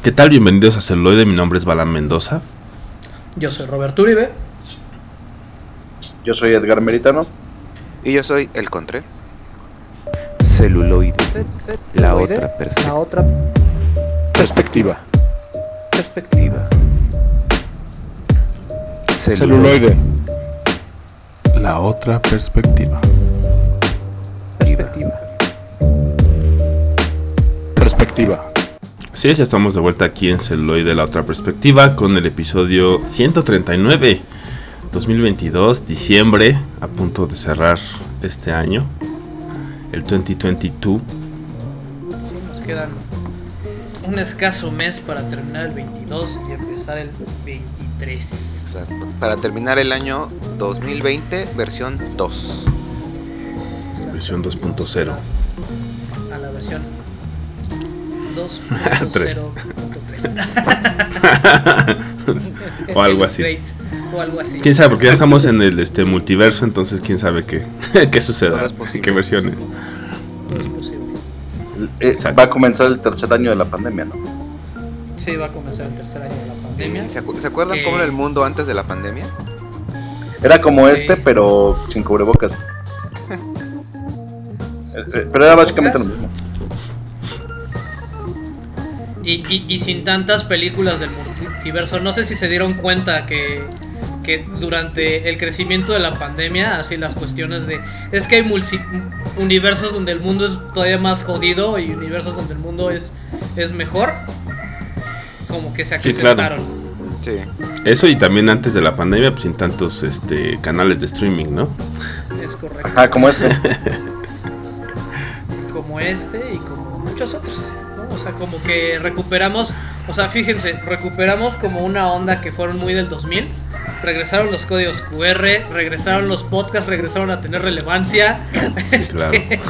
¿Qué tal? Bienvenidos a Celuloide, mi nombre es Balán Mendoza. Yo soy Roberto Uribe. Yo soy Edgar Meritano. Y yo soy El Contre. Celuloide. La otra perspectiva. Celuloide. La otra perspectiva. Perspectiva. Sí, ya estamos de vuelta aquí en Celuloide, la otra perspectiva, con el episodio 139, 2022, diciembre, a punto de cerrar este año, el 2022. Sí, nos quedan un escaso mes para terminar el 22 y empezar el 23. Exacto. Para terminar el año 2020, versión 2. Versión 2.0. A la versión 2.0.3. O algo así. O algo así. Quién sabe, porque ya estamos en el multiverso, entonces quién sabe qué suceda, qué versiones. Todo es posible. Va a comenzar el tercer año de la pandemia, ¿no? Sí, va a comenzar el tercer año de la pandemia. ¿Se acuerdan cómo era el mundo antes de la pandemia? Era como pero sin cubrebocas. Pero era básicamente lo mismo. Y sin tantas películas del multiverso. No sé si se dieron cuenta que durante el crecimiento de la pandemia, así las cuestiones de... Es que hay universos donde el mundo es todavía más jodido y universos donde el mundo es mejor. Como que se acrecentaron. Sí, claro. Sí. Eso, y también antes de la pandemia, pues sin tantos canales de streaming, ¿no? Es correcto. Ajá, como este. Como este y como muchos otros, ¿no? O sea, como que recuperamos, o sea, fíjense, recuperamos como una onda que fueron muy del 2000. Regresaron los códigos QR, regresaron los podcasts, regresaron a tener relevancia. Sí, claro.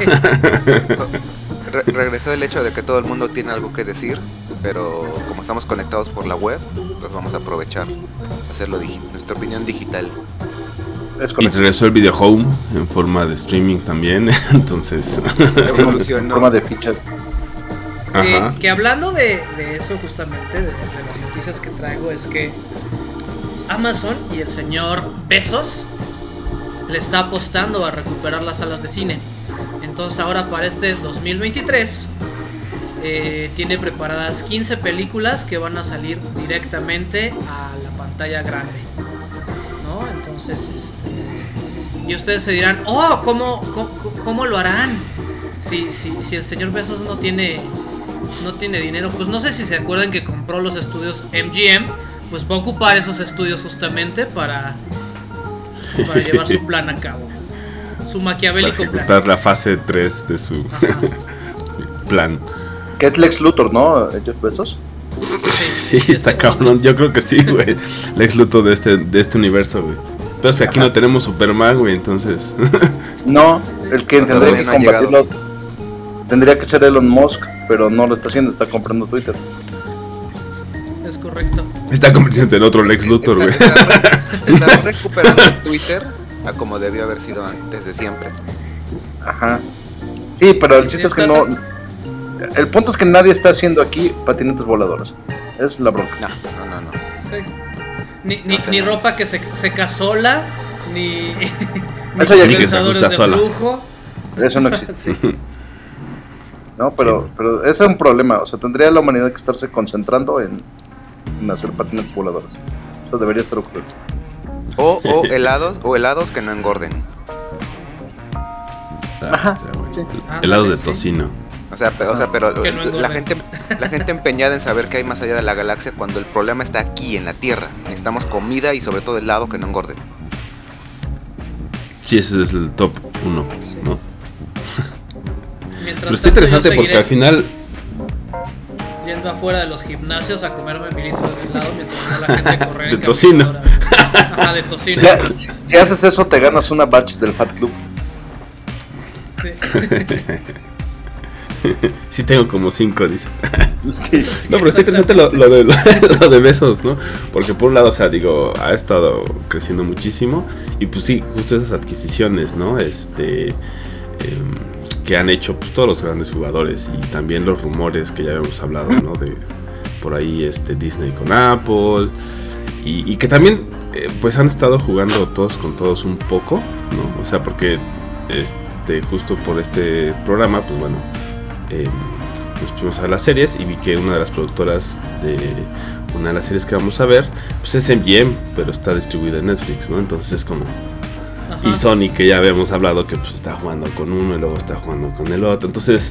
Regresó el hecho de que todo el mundo tiene algo que decir, pero como estamos conectados por la web, pues vamos a aprovechar hacerlo nuestra opinión digital. Y regresó el video home en forma de streaming también, entonces en forma de fichas. Que hablando de eso justamente, de las noticias que traigo, es que Amazon y el señor Bezos le está apostando a recuperar las salas de cine. Entonces ahora para este 2023 tiene preparadas 15 películas que van a salir directamente a la pantalla grande, ¿no? Entonces, y ustedes se dirán, oh, ¿cómo lo harán? Si el señor Bezos no tiene dinero. Pues no sé si se acuerdan que compró los estudios MGM. Pues va a ocupar esos estudios justamente para llevar su plan a cabo. Su maquiavélico para ejecutar plan. La fase 3 de su plan. Que es Lex Luthor, ¿no? Jeff Bezos. Sí, está cabrón. Yo creo que sí, güey. Lex Luthor de este universo, güey. Pero es que aquí no tenemos Superman, güey, entonces. No, el que tendría que combatirlo tendría que ser Elon Musk, pero no lo está haciendo, está comprando Twitter. Es correcto. Está convirtiendo en otro Lex Luthor, güey. Está recuperando Twitter a como debió haber sido antes de siempre. Ajá. Sí, pero el chiste es que no. El punto es que nadie está haciendo aquí patinetes voladores. Es la bronca. No. Sí. Ni ropa que se seca sola, ni eso ya existe. pensadores de flujo. Eso no existe. Sí. No, pero ese es un problema. O sea, tendría la humanidad que estarse concentrando en hacer patinetes voladores. Eso debería estar ocurriendo. O helados que no engorden. Ajá. Sí. Helados de tocino. O sea, pero la gente empeñada en saber qué hay más allá de la galaxia cuando el problema está aquí en la Tierra. Necesitamos comida y sobre todo helado que no engorde. Sí, ese es el top 1, sí. ¿no? Mientras pero está interesante porque al final yendo afuera de los gimnasios a comerme mi litro de helado mientras veo a la gente correr de tocino. Ajá, de tocino. Si haces eso te ganas una batch del Fat Club. Sí. Sí tengo como 5, dice. Sí. No, pero está interesante lo de Bezos, ¿no? Porque por un lado, o sea, digo, ha estado creciendo muchísimo. Y pues sí, justo esas adquisiciones, ¿no? Que han hecho pues, todos los grandes jugadores. Y también los rumores que ya habíamos hablado, ¿no? De por ahí Disney con Apple, y que también pues han estado jugando todos con todos un poco, ¿no? O sea, porque justo por este programa, pues bueno, nos pusimos a ver las series y vi que una de las productoras de una de las series que vamos a ver, pues es MGM, pero está distribuida en Netflix, ¿no? Entonces es como... Ajá. Y Sony, que ya habíamos hablado que pues está jugando con uno y luego está jugando con el otro. Entonces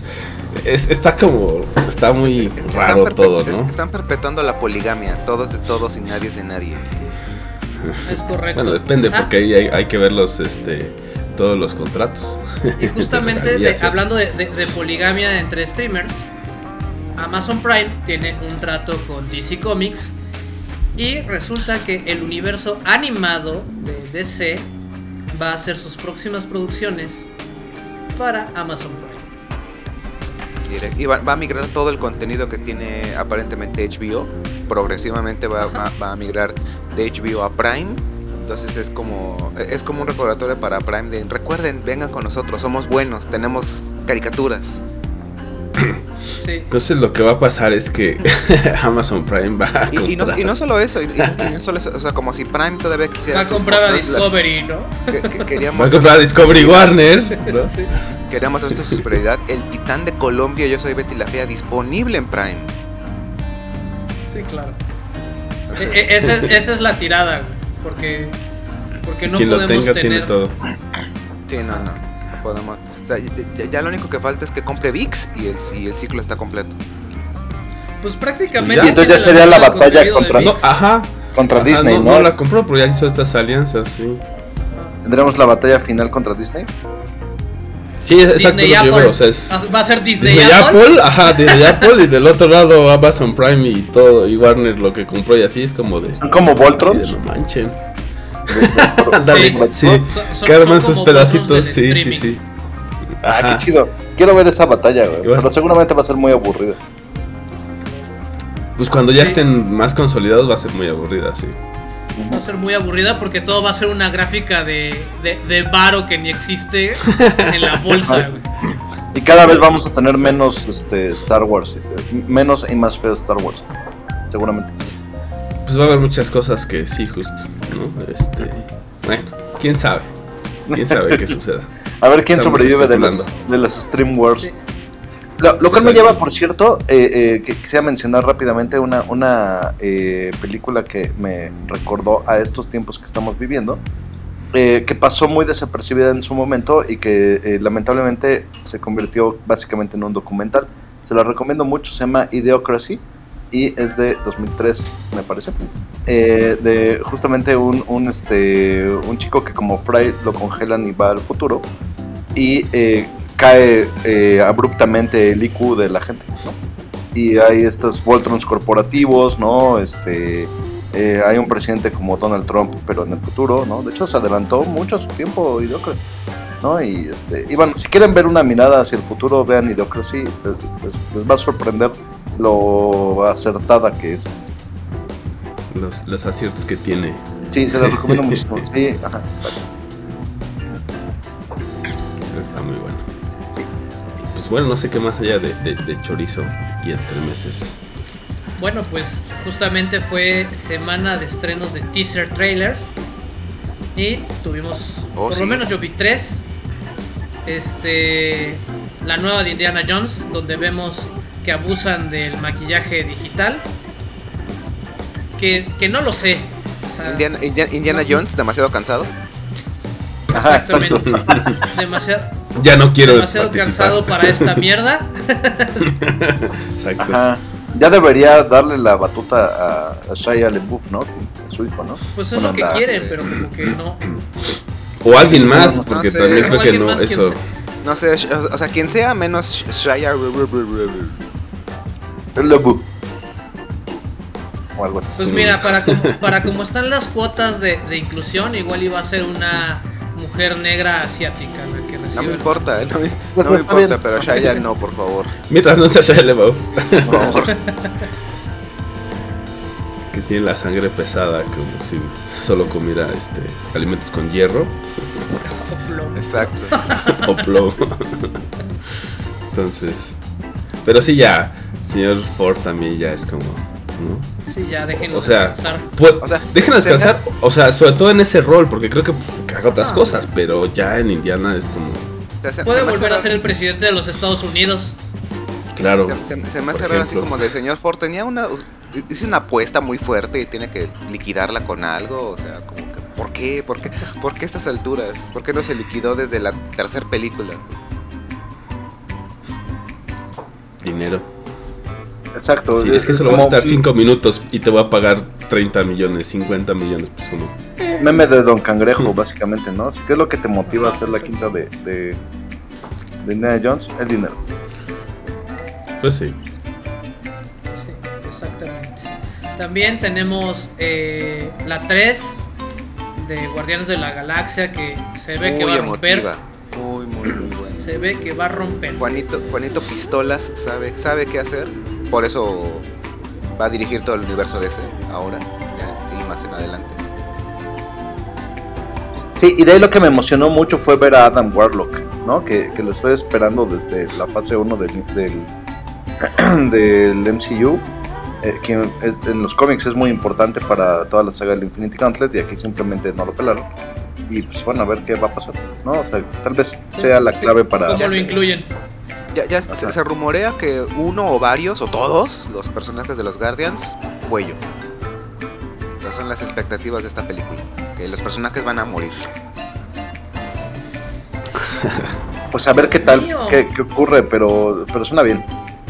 está muy raro todo, ¿no? Están perpetuando la poligamia, todos de todos y nadie es de nadie. Es correcto. Bueno, depende, porque ahí hay que ver todos los contratos. Y justamente hablando de poligamia entre streamers, Amazon Prime tiene un trato con DC Comics y resulta que el universo animado de DC va a hacer sus próximas producciones para Amazon Prime. Y va a migrar todo el contenido que tiene aparentemente HBO. Progresivamente va a migrar de HBO a Prime. Entonces es como un recordatorio para Prime de recuerden, vengan con nosotros, somos buenos, tenemos caricaturas. Sí. Entonces lo que va a pasar es que Amazon Prime va a comprar. Y no solo eso, o sea, como si Prime todavía quisiera... Va a comprar a Discovery, ¿no? Va a comprar a Discovery Warner, ¿no? Sí. Queríamos ver su superioridad. El Titán de Colombia, Yo soy Betty la Fea, disponible en Prime. Sí, claro. Esa es la tirada, güey. Porque no quien podemos lo tenga, tener... tiene todo. Sí, no podemos. O sea, ya lo único que falta es que compre ViX y el ciclo está completo. Pues prácticamente. Entonces ya sería la batalla contra. No, contra Disney, ¿no? No la compró, pero ya hizo estas alianzas, sí. ¿Tendremos la batalla final contra Disney? Sí, exacto. Disney Apple. O sea, va a ser Disney Apple. Disney Apple, y del otro lado Amazon Prime y todo, y Warner lo que compró, y así es como de. Son como Voltrons. No manchen. Sí. Que arman sus pedacitos, sí. Qué chido. Quiero ver esa batalla, güey. Pero seguramente va a ser muy aburrida. Pues cuando ya estén más consolidados va a ser muy aburrida, sí. Va a ser muy aburrida porque todo va a ser una gráfica de varo que ni existe en la bolsa, güey. Y cada vez vamos a tener menos Star Wars. Menos y más feo Star Wars. Seguramente. Pues va a haber muchas cosas que sí, justo, ¿no? Bueno, quién sabe qué suceda. A ver quién sobrevive de las Stream Wars. Sí. Lo cual me lleva, por cierto, que quisiera mencionar rápidamente una película que me recordó a estos tiempos que estamos viviendo, que pasó muy desapercibida en su momento y que lamentablemente se convirtió básicamente en un documental. Se la recomiendo mucho, se llama Idiocracy y es de 2003, me parece, de justamente un chico que como Fry lo congelan y va al futuro y cae abruptamente el IQ de la gente, ¿no? Y hay estos Voltrons corporativos, ¿no? Hay un presidente como Donald Trump, pero en el futuro, ¿no? De hecho, se adelantó mucho a su tiempo Idiocracy, ¿no? Y bueno, si quieren ver una mirada hacia el futuro, vean Idiocracy, les va a sorprender lo acertada que es. Los aciertos que tiene. Sí, se los recomiendo muchísimo. Sí, ajá, exacto. Está muy bueno. Sí. Pues bueno, no sé qué más allá de chorizo y entremeses. Bueno, pues justamente fue semana de estrenos de teaser trailers y tuvimos, lo menos yo vi 3. La nueva de Indiana Jones, donde vemos que abusan del maquillaje digital. Que no lo sé. O sea, Indiana Jones, demasiado cansado. Exactamente. Demasiado. Ya no quiero demasiado cansado para esta mierda. Exacto. Ajá. Ya debería darle la batuta a Shia LaBeouf, ¿no? A su hijo, ¿no? Pues es lo que quieren, pero como que no. O alguien más, porque también creo que no, eso. No sé, o sea, quien sea menos Shia LaBeouf. O algo así. Pues mira, para como están las cuotas de inclusión, igual iba a ser una mujer negra asiática la que recibe. No me importa, no me importa, pero Shia no, por favor. Mientras no sea Shia LaBeouf. Por favor. Que tiene la sangre pesada, como si solo comiera alimentos con hierro. O plomo. Exacto. O plomo. Entonces, pero sí, ya señor Ford también ya es como ¿no? Sí, ya déjenlo O sea, descansar. Déjenlo descansar, o sea, sobre todo en ese rol, porque creo que haga otras cosas, pero ya en Indiana es como... Puede volver a ser el presidente de los Estados Unidos. Claro. Se me hace raro así como de señor Ford, hice una apuesta muy fuerte y tiene que liquidarla con algo, o sea, como que, ¿por qué? ¿Por qué a estas alturas? ¿Por qué no se liquidó desde la tercera película? Dinero. Exacto. Sí, es que solo vas a estar 5 minutos y te voy a pagar 30 millones, 50 millones, pues como... Meme de Don Cangrejo, básicamente, ¿no? Así que es lo que te motiva a hacer la quinta de Indiana Jones, el dinero. Pues sí. Sí, exactamente. También tenemos la 3 de Guardianes de la Galaxia, que se ve que va a romper. Muy buena. Se ve que va a romper. Juanito Pistolas sabe qué hacer. Por eso va a dirigir todo el universo DC ahora y más en adelante. Sí, y de ahí lo que me emocionó mucho fue ver a Adam Warlock, ¿no? Que lo estoy esperando desde la fase 1 del MCU, que en los cómics es muy importante para toda la saga del Infinity Gauntlet, y aquí simplemente no lo pelaron. Y pues bueno, a ver qué va a pasar, ¿no? O sea, tal vez sea la clave para... ¿Cómo lo incluyen? Ya se rumorea que uno o varios o todos los personajes de los Guardians, cuello. O sea, son las expectativas de esta película, que los personajes van a morir. Pues a ver qué tal, qué ocurre, pero suena bien.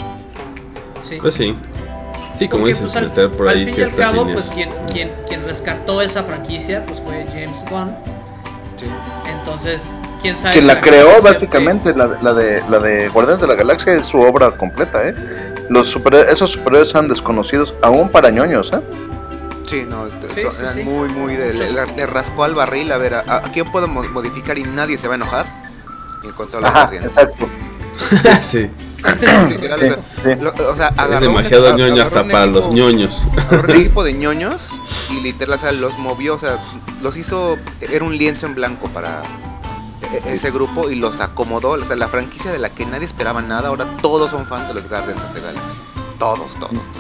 Sí. Pues sí. Sí, como porque, dices, pues, meter por ahí al fin y al ciertas cabo, líneas. pues quien rescató esa franquicia pues fue James Gunn. Sí. Entonces, quién sabe. Que la creó básicamente, la de Guardianes de la Galaxia es su obra completa, ¿eh? Esos superhéroes eran desconocidos aún para ñoños, ¿eh? Sí, no, Sí. eran muy le rascó al barril a ver a quién puedo modificar y nadie se va a enojar. Y encontró a los Guardians. Exacto. Sí. Literal, Sí. o sea, Es demasiado ñoño hasta para los ñoños. Agarró un equipo de ñoños y literal, o sea, los movió, o sea, los hizo, era un lienzo en blanco para ese grupo y los acomodó, o sea, la franquicia de la que nadie esperaba nada, ahora todos son fans de los Guardians of the Galaxy. Todos.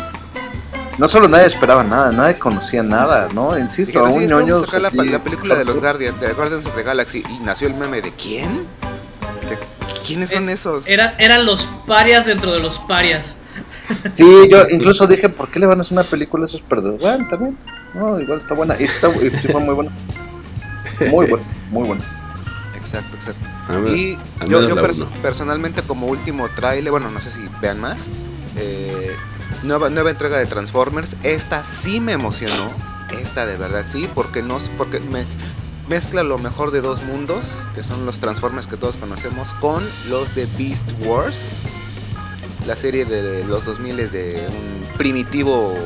No solo nadie esperaba nada, nadie conocía nada, ¿no? Insisto, Dijeron, aún sí, vamos ñoños. a sacar la así, película de los Guardians of the Galaxy y nació el meme de ¿quién? ¿Quiénes son esos? Eran los parias dentro de los parias. Sí, yo incluso dije, ¿por qué le van a hacer una película a esos perdedores? Bueno, también. No, igual está buena. Y sí fue muy buena. Muy buena. Exacto. Y yo personalmente, como último tráiler, bueno, no sé si vean más, nueva entrega de Transformers. Esta sí me emocionó. Esta de verdad sí, porque me mezcla lo mejor de dos mundos, que son los Transformers que todos conocemos, con los de Beast Wars, la serie de los 2000 de un primitivo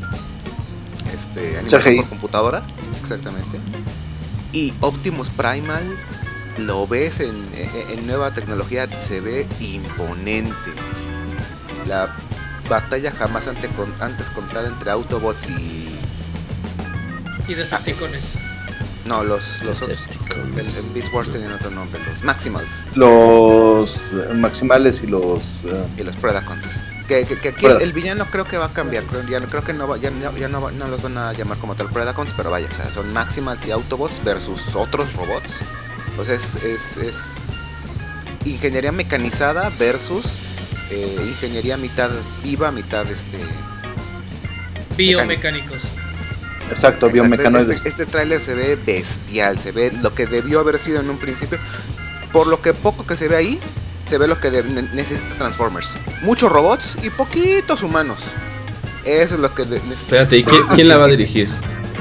animación por computadora, exactamente. Y Optimus Primal lo ves en nueva tecnología, se ve imponente. La batalla jamás antes contada entre Autobots y Decepticones. No, los otros. El Beast Wars tenían otro nombre, los Maximals. Los Maximales y los Predacons. Que aquí el villano creo que va a cambiar. Creo que no los van a llamar como tal Predacons, pero vaya, o sea, son Maximals y Autobots versus otros robots. O sea, es ingeniería mecanizada versus ingeniería mitad viva, mitad biomecánicos. Exacto, biomecanoides. Este tráiler se ve bestial, se ve lo que debió haber sido en un principio. Por lo que poco que se ve ahí, se ve lo que necesita Transformers. Muchos robots y poquitos humanos. Eso es lo que necesita. Espérate, ¿y quién la va a dirigir?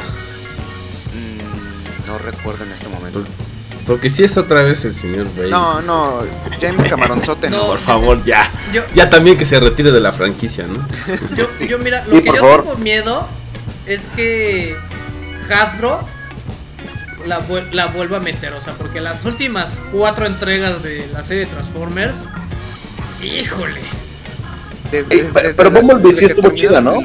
No recuerdo en este momento. Porque si es otra vez el señor Bay. No, James Cameronzote no. Por favor, ya. Ya también que se retire de la franquicia, ¿no? Yo mira, lo que yo tengo miedo es que Hasbro la vuelva a meter, o sea, porque las últimas 4 entregas de la serie de Transformers, híjole. Pero Bumblebee sí estuvo chida, ¿no?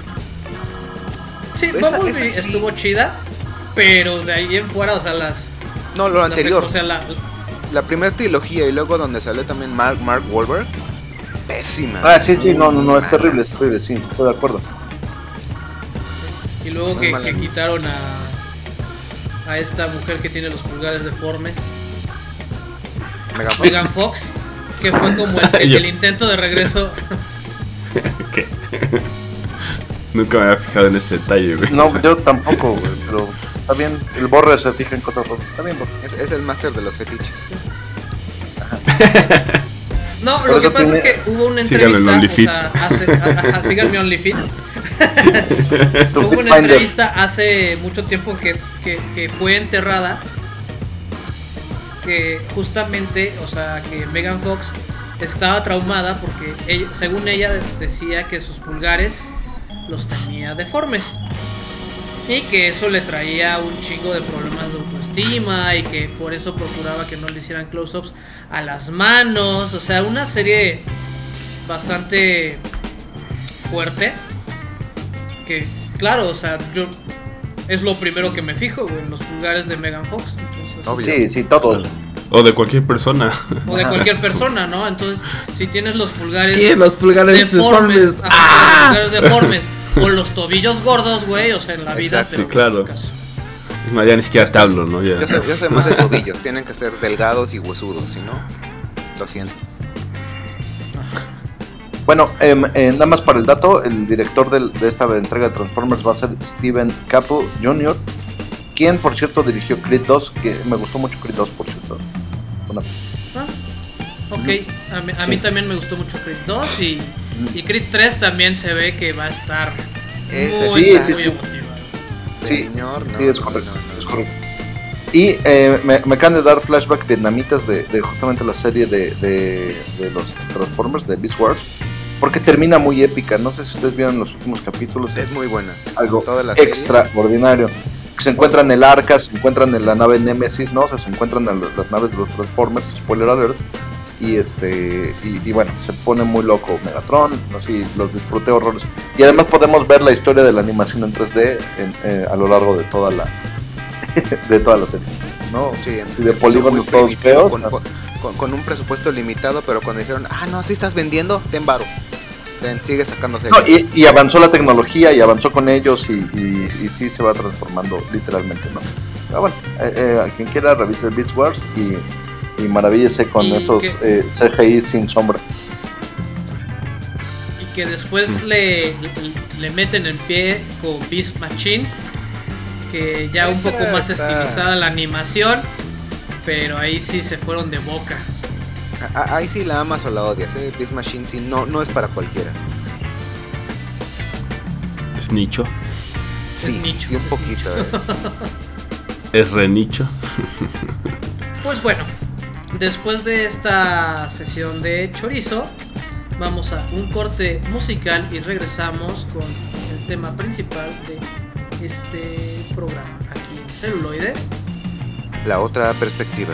Sí, Bumblebee estuvo chida, pero de ahí en fuera, o sea, lo anterior. O sea, la primera trilogía y luego donde salió también Mark Wahlberg, pésima. Sí, no, es terrible, sí, estoy de acuerdo. Y luego que quitaron a esta mujer que tiene los pulgares deformes, Megan Fox, que fue como el intento de regreso. ¿Qué? Nunca me había fijado en ese detalle, güey. No, yo tampoco, güey, pero está bien. El Borre se fija en cosas raras. Está bien, Borre. Es el máster de los fetiches. Ajá. No, lo que pasa es que hubo una entrevista, síganme OnlyFit. Hubo una entrevista hace mucho tiempo que fue enterrada, que justamente, o sea, que Megan Fox estaba traumada porque ella, según ella decía que sus pulgares los tenía deformes y que eso le traía un chingo de problemas de autoestima y que por eso procuraba que no le hicieran close-ups a las manos. O sea, una serie bastante fuerte que, claro, o sea, yo es lo primero que me fijo, güey, en los pulgares de Megan Fox. Entonces, sí, todos. O de cualquier persona. O de cualquier persona, ¿no? Entonces, si tienes los pulgares deformes. Los pulgares deformes o los tobillos gordos, güey, o sea, en la vida. Exacto, sí, claro. Es más, ya ni siquiera te hablo, ¿no? Ya. Yo sé más de tobillos, tienen que ser delgados y huesudos, si no, lo siento. Bueno, nada más para el dato, el director de esta entrega de Transformers va a ser Steven Caple Jr., quien, por cierto, dirigió Creed 2, que me gustó mucho Creed 2, por cierto. Ok, a mí también me gustó mucho Creed 2 y Creed 3 también se ve que va a estar muy emotivo. Sí, señor, no, sí, es correcto, es correcto. Y me acaban de dar flashback vietnamitas de justamente la serie de los Transformers, de Beast Wars, porque termina muy épica. No sé si ustedes vieron los últimos capítulos. Es muy buena. Algo extraordinario. Se encuentran el Arca, se encuentran en la nave Nemesis, ¿no? O sea, se encuentran en las naves de los Transformers, spoiler alert. Y bueno, se pone muy loco Megatron, así los disfruté horrores. Y además podemos ver la historia de la animación en 3D a lo largo de toda la serie, ¿no? Sí, de polígonos todos feos. Con un presupuesto limitado, pero cuando dijeron, no, si estás vendiendo, ten varo. Sigue sacándose. No, y avanzó la tecnología y avanzó con ellos y sí se va transformando literalmente, ¿no? Pero bueno, a quien quiera revise Beast Wars y maravíllese con esos CGI sin sombra. Y que después le meten el pie con Beast Machines, que ya un poco más estilizada la animación, pero ahí sí se fueron de boca. Ahí sí la amas o la odias, Beast Machine sí no es para cualquiera. ¿Es nicho? Sí, es nicho, sí, un poquito. ¿Es renicho? Pues bueno, después de esta sesión de chorizo, vamos a un corte musical y regresamos con el tema principal de este programa aquí en Celuloide. La otra perspectiva.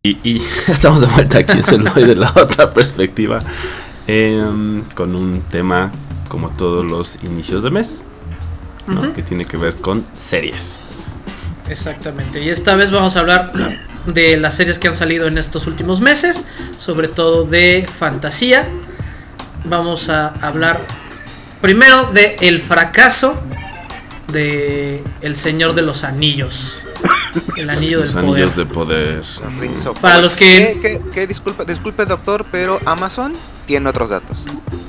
Y estamos de vuelta aquí en Celuloide de la otra perspectiva, con un tema como todos los inicios de mes, ¿no? Que tiene que ver con series. Exactamente, y esta vez vamos a hablar de las series que han salido en estos últimos meses, sobre todo de fantasía. Vamos a hablar primero de el fracaso de El Señor de los Anillos. El anillo del poder. Los anillos de poder. Para los que... Disculpe doctor, pero Amazon tiene otros datos.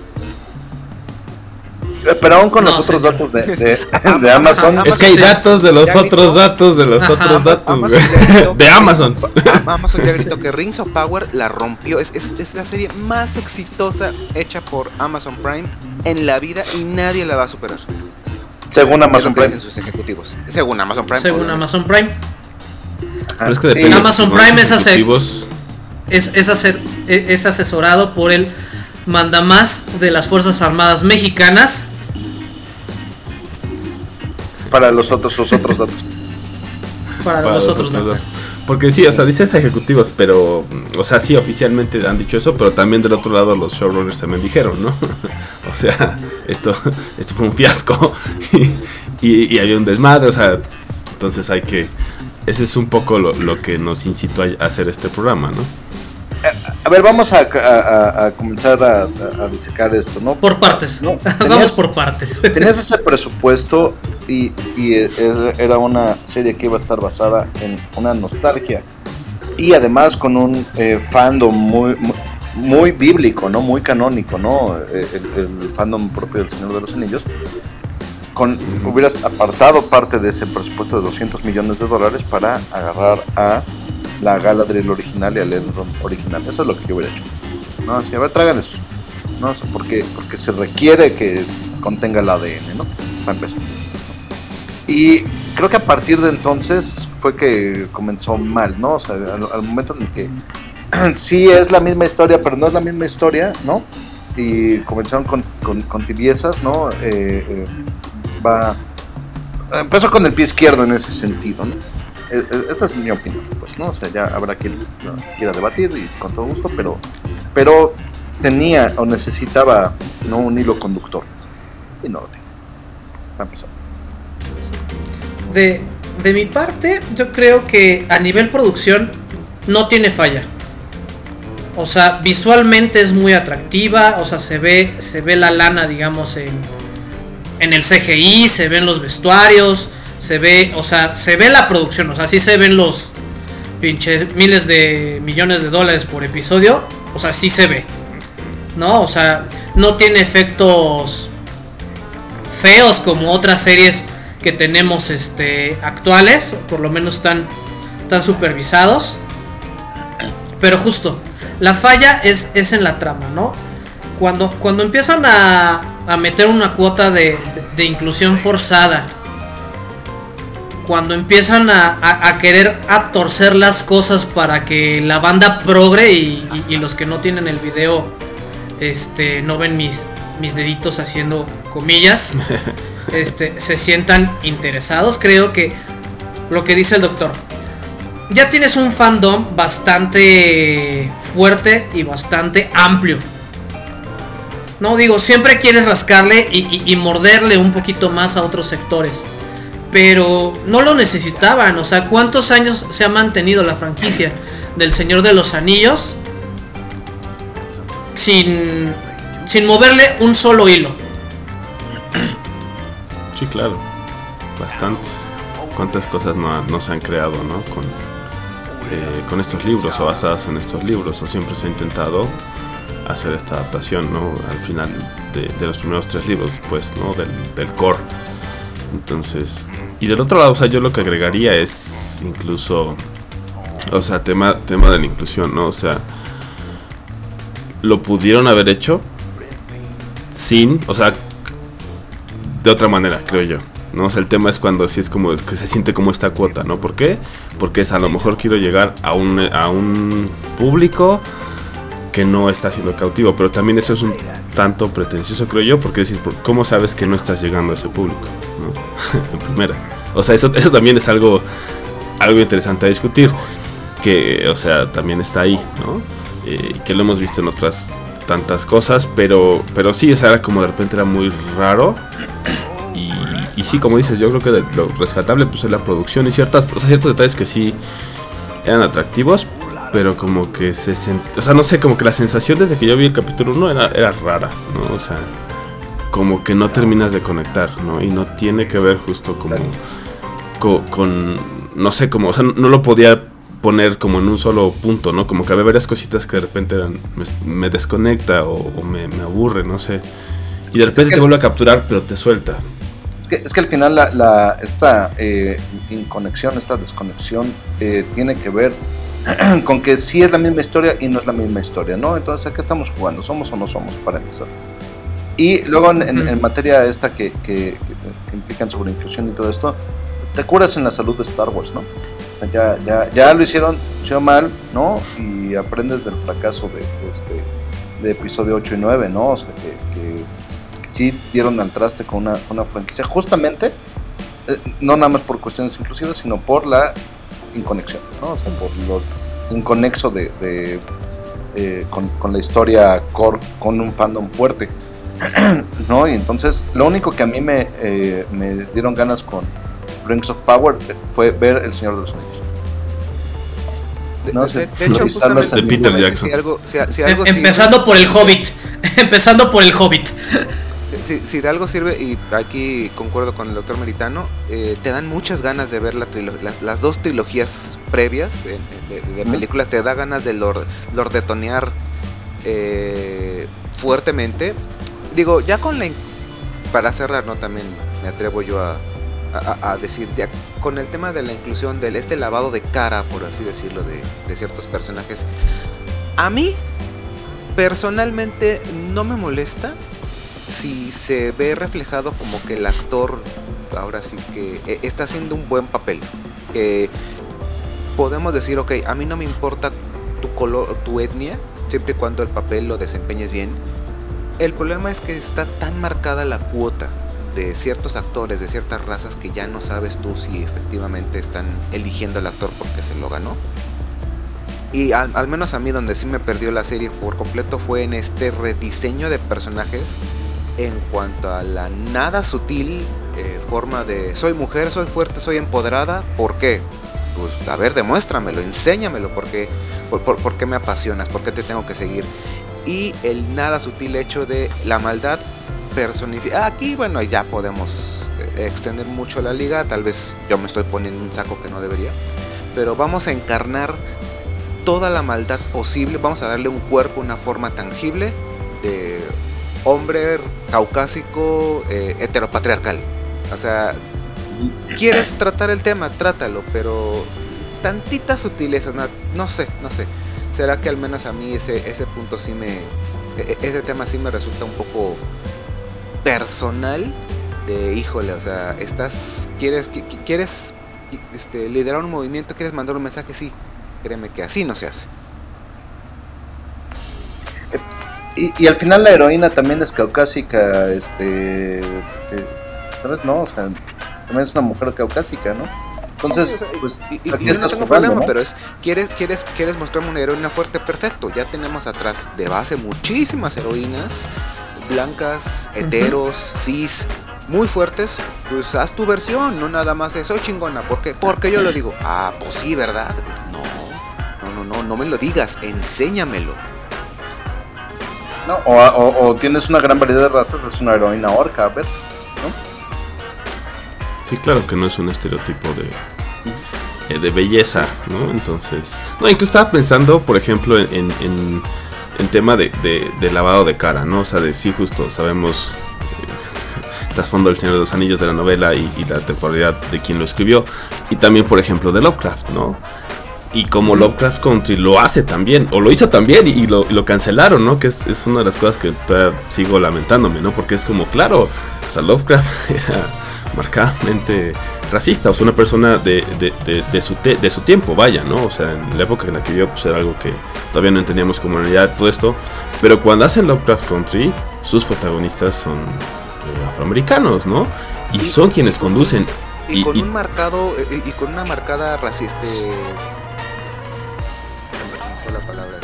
Pero aún con los otros datos de Amazon. Es que hay datos de los otros datos de los otros datos de Amazon. Amazon ya gritó que Rings of Power la rompió. Es la serie más exitosa hecha por Amazon Prime en la vida y nadie la va a superar. Según Amazon Prime. Sus ejecutivos. Según Amazon Prime. Según Amazon Prime. Pero es que depende. Amazon Prime es asesorado por el mandamás de las Fuerzas Armadas Mexicanas. Para los otros datos. Para los otros datos. Porque sí, o sea, dices ejecutivos, pero, o sea, sí, oficialmente han dicho eso, pero también del otro lado los showrunners también dijeron, ¿no? O sea, esto fue un fiasco y había un desmadre, o sea, entonces hay que... Ese es un poco lo que nos incitó a hacer este programa, ¿no? A ver, vamos a comenzar a disecar esto, ¿no? Por partes, ¿no? Vamos por partes. Tenías ese presupuesto y era una serie que iba a estar basada en una nostalgia y además con un fandom muy bíblico, ¿no? Muy canónico, ¿no? El fandom propio del Señor de los Anillos. Hubieras apartado parte de ese presupuesto de $200 millones para agarrar a la Galadriel original y al Elrond original. Eso es lo que yo hubiera hecho. No, así, a ver, traigan eso. No, o sea, porque se requiere que contenga el ADN, ¿no? Para empezar. Y creo que a partir de entonces fue que comenzó mal, ¿no? O sea, al momento en el que sí es la misma historia, pero no es la misma historia, ¿no? Y comenzaron con tibiezas, ¿no? Empezó con el pie izquierdo en ese sentido, ¿no? Esta es mi opinión, pues, ¿no? O sea, ya habrá quien quiera debatir y con todo gusto, pero tenía o necesitaba, ¿no? Un hilo conductor y no lo tengo. Para empezar. De mi parte, yo creo que a nivel producción no tiene falla. O sea, visualmente es muy atractiva, o sea, se ve la lana, digamos, en el CGI, se ven los vestuarios, se ve la producción, o sea, sí se ven los pinches miles de millones de dólares por episodio, o sea, sí se ve, ¿no? O sea, no tiene efectos feos como otras series que tenemos actuales, por lo menos están supervisados, pero justo, la falla es en la trama, ¿no? Cuando empiezan a meter una cuota de inclusión forzada, cuando empiezan a querer a torcer las cosas para que la banda progre y los que no tienen el video no ven mis deditos haciendo comillas, se sientan interesados. Creo que lo que dice el doctor, ya tienes un fandom bastante fuerte y bastante amplio, no digo, siempre quieres rascarle y morderle un poquito más a otros sectores, pero no lo necesitaban. O sea, ¿cuántos años se ha mantenido la franquicia del Señor de los Anillos sin moverle un solo hilo? Sí, claro, bastantes. ¿Cuántas cosas no se han creado, ¿no? Con estos libros o basadas en estos libros, o siempre se ha intentado hacer esta adaptación, ¿no? Al final de los primeros 3 libros, pues, ¿no? Del core. Entonces, y del otro lado, o sea, yo lo que agregaría es incluso, o sea, tema de la inclusión, ¿no? O sea, lo pudieron haber hecho sin, o sea, de otra manera, creo yo, ¿no? O sea, el tema es cuando sí es como que se siente como esta cuota, ¿no? ¿Por qué? Porque es a lo mejor quiero llegar a un público que no está siendo cautivo, pero también eso es un tanto pretencioso, creo yo, porque decir, ¿cómo sabes que no estás llegando a ese público, ¿no? En primera. O sea, eso también es algo interesante a discutir. que, o sea, también está ahí, ¿no? Que lo hemos visto en otras tantas cosas, pero sí, o sea, era como de repente era muy raro. Y sí, como dices, yo creo que lo rescatable pues es la producción y ciertos detalles que sí eran atractivos, pero como que o sea, no sé, como que la sensación desde que yo vi el capítulo 1 era rara, ¿no? O sea, como que no terminas de conectar, ¿no? Y no tiene que ver justo como con no sé, como, o sea, no lo podía poner como en un solo punto, ¿no? Como que había varias cositas que de repente me desconecta o me aburre, no sé. Y de repente te vuelve a capturar, pero te suelta. Es que al final esta inconexión, esta desconexión tiene que ver con que sí es la misma historia y no es la misma historia, ¿no? Entonces, ¿a qué estamos jugando? ¿Somos o no somos, para empezar? Y luego en materia esta que implican sobre inclusión y todo esto, te curas en la salud de Star Wars, ¿no? O sea, ya lo hicieron mal, ¿no? Y aprendes del fracaso de episodio 8 y 9, ¿no? O sea, que sí dieron al traste con una franquicia, justamente, no nada más por cuestiones inclusivas, sino por la inconexión, ¿no? O sea, por lo inconexo con la historia core, con un fandom fuerte, ¿no? Y entonces, lo único que a mí me dieron ganas con Rings of Power fue ver El Señor de los Anillos. No, de hecho, justamente de Peter Jackson. Si algo empezando por el Hobbit. Empezando por el Hobbit. Si de algo sirve, y aquí concuerdo con el doctor Meritano, te dan muchas ganas de ver las dos trilogías previas de películas, te da ganas de lordetonear fuertemente. Digo, ya para cerrar, ¿no? También me atrevo yo a decir, ya con el tema de la inclusión, de este lavado de cara, por así decirlo, de ciertos personajes, a mí personalmente no me molesta si se ve reflejado como que el actor ahora sí que está haciendo un buen papel, que podemos decir, ok, a mí no me importa tu color, tu etnia, siempre y cuando el papel lo desempeñes bien. El problema es que está tan marcada la cuota de ciertos actores, de ciertas razas, que ya no sabes tú si efectivamente están eligiendo al actor porque se lo ganó. Y al menos a mí donde sí me perdió la serie por completo fue en este rediseño de personajes en cuanto a la nada sutil forma de soy mujer, soy fuerte, soy empoderada. ¿Por qué? Pues a ver, demuéstramelo, enséñamelo, ¿por qué me apasionas? ¿Por qué te tengo que seguir? Y el nada sutil hecho de la maldad personificada. Aquí, bueno, ya podemos extender mucho la liga, tal vez yo me estoy poniendo un saco que no debería, pero vamos a encarnar toda la maldad posible, vamos a darle un cuerpo, una forma tangible de hombre caucásico heteropatriarcal. O sea, ¿quieres tratar el tema? Trátalo, pero tantita sutileza, no sé. ¿Será que al menos a mí ese punto sí ese tema sí me resulta un poco personal? De híjole, o sea, quieres liderar un movimiento, quieres mandar un mensaje, sí, créeme que así no se hace. Y al final la heroína también es caucásica, ¿sabes? No, o sea, también es una mujer caucásica, ¿no? Entonces, sí, o sea, pues, aquí yo no tengo problema, ¿no? Pero quieres mostrarme una heroína fuerte, perfecto. Ya tenemos atrás de base muchísimas heroínas blancas, heteros, cis, muy fuertes. Pues haz tu versión, no nada más soy chingona. ¿Por qué? Porque yo lo digo. Ah, pues sí, ¿verdad? No me lo digas, enséñamelo. No, o tienes una gran variedad de razas, es una heroína orca, a ver, ¿no? Sí, claro que no es un estereotipo de belleza, ¿no? Entonces, no, incluso estaba pensando, por ejemplo, en tema de lavado de cara, ¿no? O sea, de sí, justo sabemos trasfondo del Señor de los Anillos, de la novela y la temporalidad de quien lo escribió, y también, por ejemplo, de Lovecraft, ¿no? Y como Lovecraft Country lo hace también, o lo hizo también y lo cancelaron, ¿no? Que es una de las cosas que todavía sigo lamentándome, ¿no? Porque es como, claro, o sea, Lovecraft era marcadamente racista, o sea, una persona de su tiempo, vaya, ¿no? O sea, en la época en la que vivió, pues era algo que todavía no entendíamos como realidad, todo esto. Pero cuando hacen Lovecraft Country, sus protagonistas son afroamericanos, ¿no? Y son quienes conducen. Y con una marcada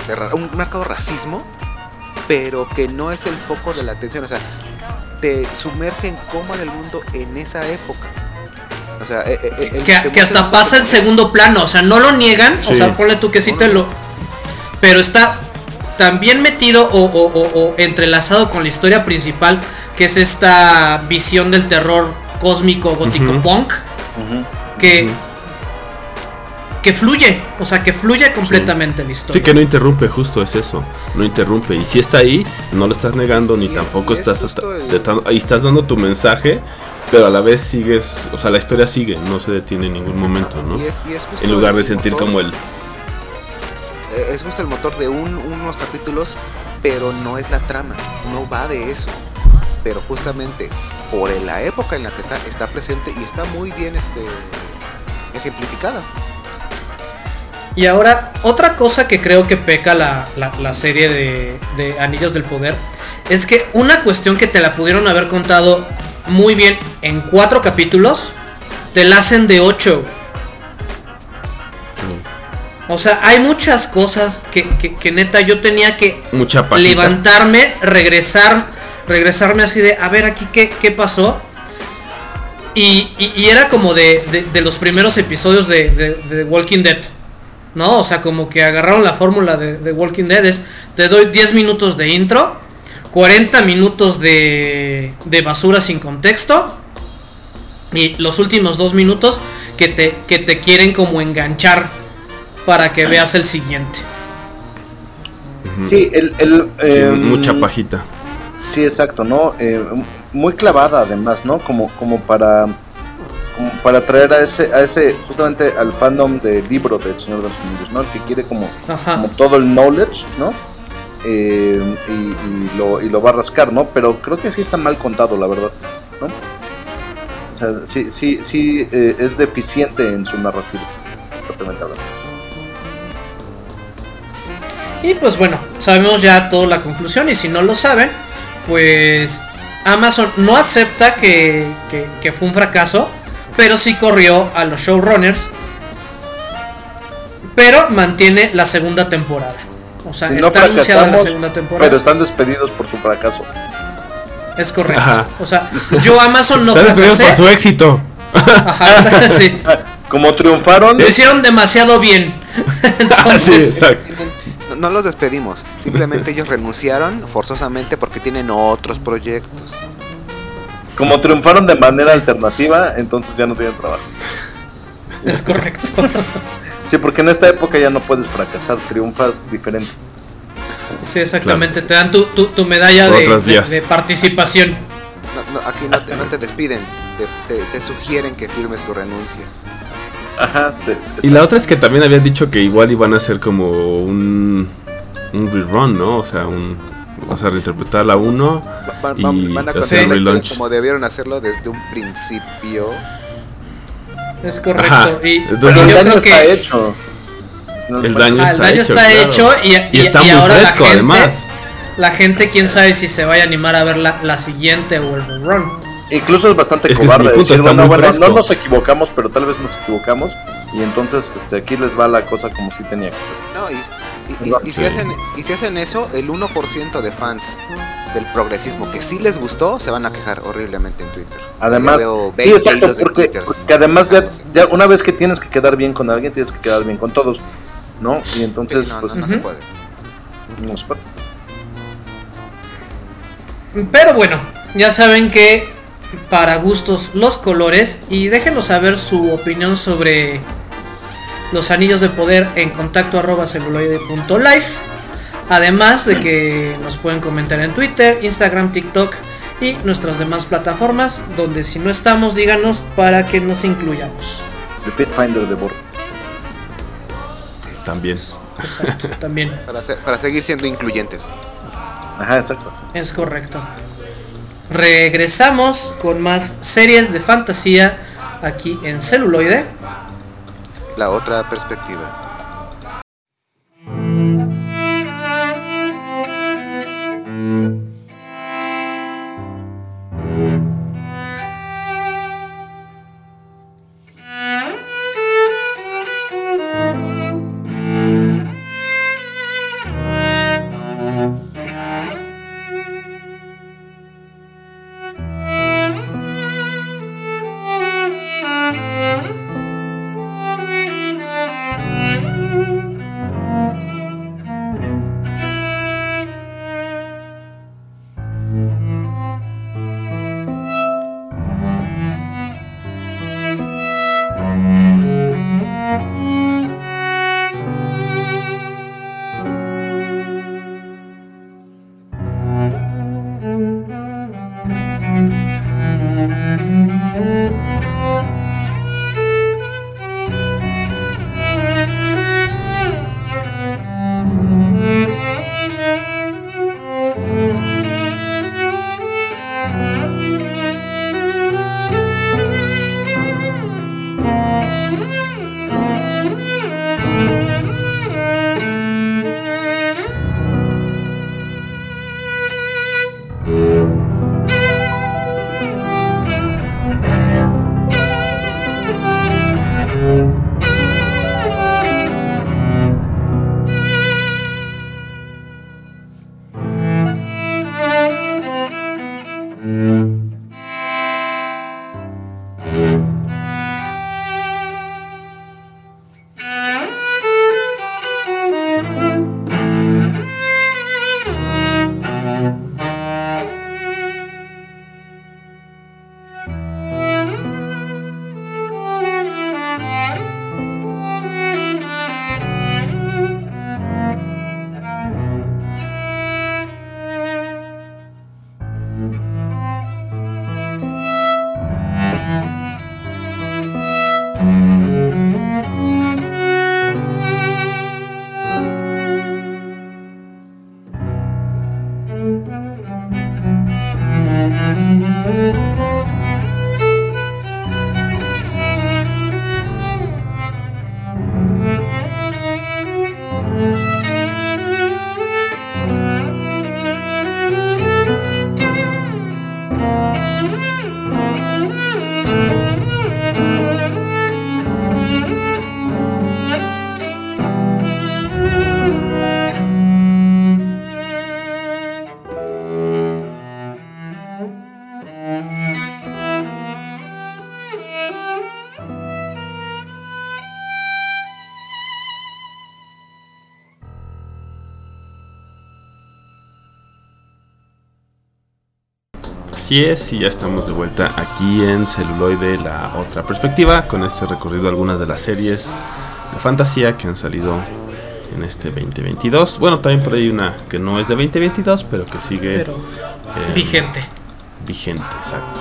un marcado racismo, pero que no es el foco de la atención. O sea, te sumerge en cómo era el mundo en esa época. O sea, que hasta pasa en segundo plano. O sea, no lo niegan. Sí. O sea, ponle tú que sí te lo... Pero está también metido o entrelazado con la historia principal, que es esta visión del terror cósmico gótico punk, que fluye, o sea, que fluye completamente la historia. Sí, que no interrumpe, justo es eso, no interrumpe. Y si está ahí, no lo estás negando, ni tampoco estás ahí estás dando tu mensaje, pero a la vez sigues, o sea, la historia sigue, no se detiene en ningún momento, ¿no? En lugar de sentir como el... Es justo el motor de unos capítulos, pero no es la trama, no va de eso. Pero justamente por la época en la que está presente y está muy bien ejemplificada. Y ahora, otra cosa que creo que peca la serie de Anillos del Poder es que una cuestión que te la pudieron haber contado muy bien en 4 capítulos, te la hacen de 8. O sea, hay muchas cosas que neta yo tenía que levantarme, regresarme así de, a ver aquí qué pasó. Y era como de los primeros episodios de Walking Dead, ¿no? O sea, como que agarraron la fórmula de Walking Dead. Te doy 10 minutos de intro, 40 minutos de basura sin contexto, y los últimos 2 minutos que te quieren como enganchar para que veas el siguiente. Sí, mucha pajita. Sí, exacto, ¿no? Muy clavada además, ¿no? Como para traer a ese justamente al fandom del libro del Señor de los Anillos, ¿no? El que quiere como todo el knowledge, ¿no? Y lo va a rascar, ¿no? Pero creo que sí está mal contado, la verdad, ¿no? O sea, sí es deficiente en su narrativa, propiamente hablando. Y pues bueno, sabemos ya toda la conclusión, y si no lo saben, pues Amazon no acepta que fue un fracaso, pero sí corrió a los showrunners, pero mantiene la segunda temporada. O sea, si está anunciada la segunda temporada, pero están despedidos por su fracaso. Es correcto. Ajá. O sea, yo Amazon no fracasé por su éxito. Ajá, sí. Como triunfaron, lo hicieron demasiado bien. Entonces, sí, exacto. No los despedimos, simplemente ellos renunciaron forzosamente porque tienen otros proyectos. Como triunfaron de manera alternativa, entonces ya no tienen trabajo. Es correcto. Sí, porque en esta época ya no puedes fracasar, triunfas diferente. Sí, exactamente, claro. Te dan tu medalla de participación. Aquí no te despiden, te sugieren que firmes tu renuncia. Ajá, y la otra es que también habían dicho que igual iban a hacer como un rerun, ¿no? O sea, reinterpretar la 1 van a hacer un relaunch como debieron hacerlo desde un principio. Es correcto. Ajá. Entonces, el daño está hecho. El daño está hecho, claro. y está muy ahora fresco, además. La gente, quién sabe si se vaya a animar a ver la siguiente o el rerun. Incluso es bastante cobarde decir, no nos equivocamos, pero tal vez nos equivocamos, y entonces aquí les va la cosa como si tenía que ser. No, si hacen eso, el 1% de fans del progresismo que sí les gustó se van a quejar horriblemente en Twitter. Además, sí, exacto, porque además ya una vez que tienes que quedar bien con alguien, tienes que quedar bien con todos, ¿no? Y entonces sí, no se puede. No se puede. Pero bueno, ya saben que para gustos los colores, y déjenos saber su opinión sobre los Anillos de Poder en contacto@celuloide.life. Además de que nos pueden comentar en Twitter, Instagram, TikTok y nuestras demás plataformas, donde si no estamos, díganos para que nos incluyamos. El Fit Finder de Borg. También. Exacto, también. Para seguir siendo incluyentes. Ajá, exacto. Es correcto. Regresamos con más series de fantasía aquí en Celuloide. La otra perspectiva. Así es, y ya estamos de vuelta aquí en Celuloide, la otra perspectiva, con este recorrido a algunas de las series de fantasía que han salido en este 2022. Bueno, también por ahí una que no es de 2022, pero que sigue vigente. Vigente, exacto.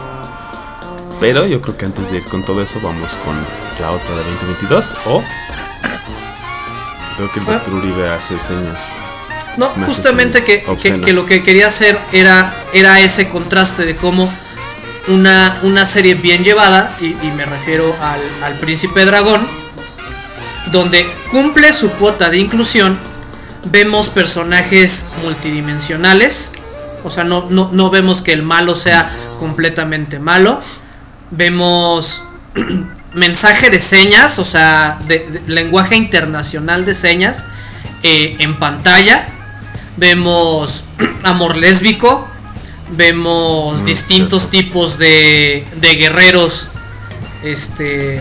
Pero yo creo que antes de ir con todo eso, vamos con la otra de 2022. O creo que el Dr. Uribe hace señas. No, justamente que lo que quería hacer era ese contraste de cómo una serie bien llevada, y me refiero al Príncipe Dragón, donde cumple su cuota de inclusión. Vemos personajes multidimensionales, o sea, no vemos que el malo sea completamente malo. Vemos mensaje de señas, o sea, de lenguaje internacional de señas en pantalla. Vemos amor lésbico, vemos distintos tipos de guerreros, de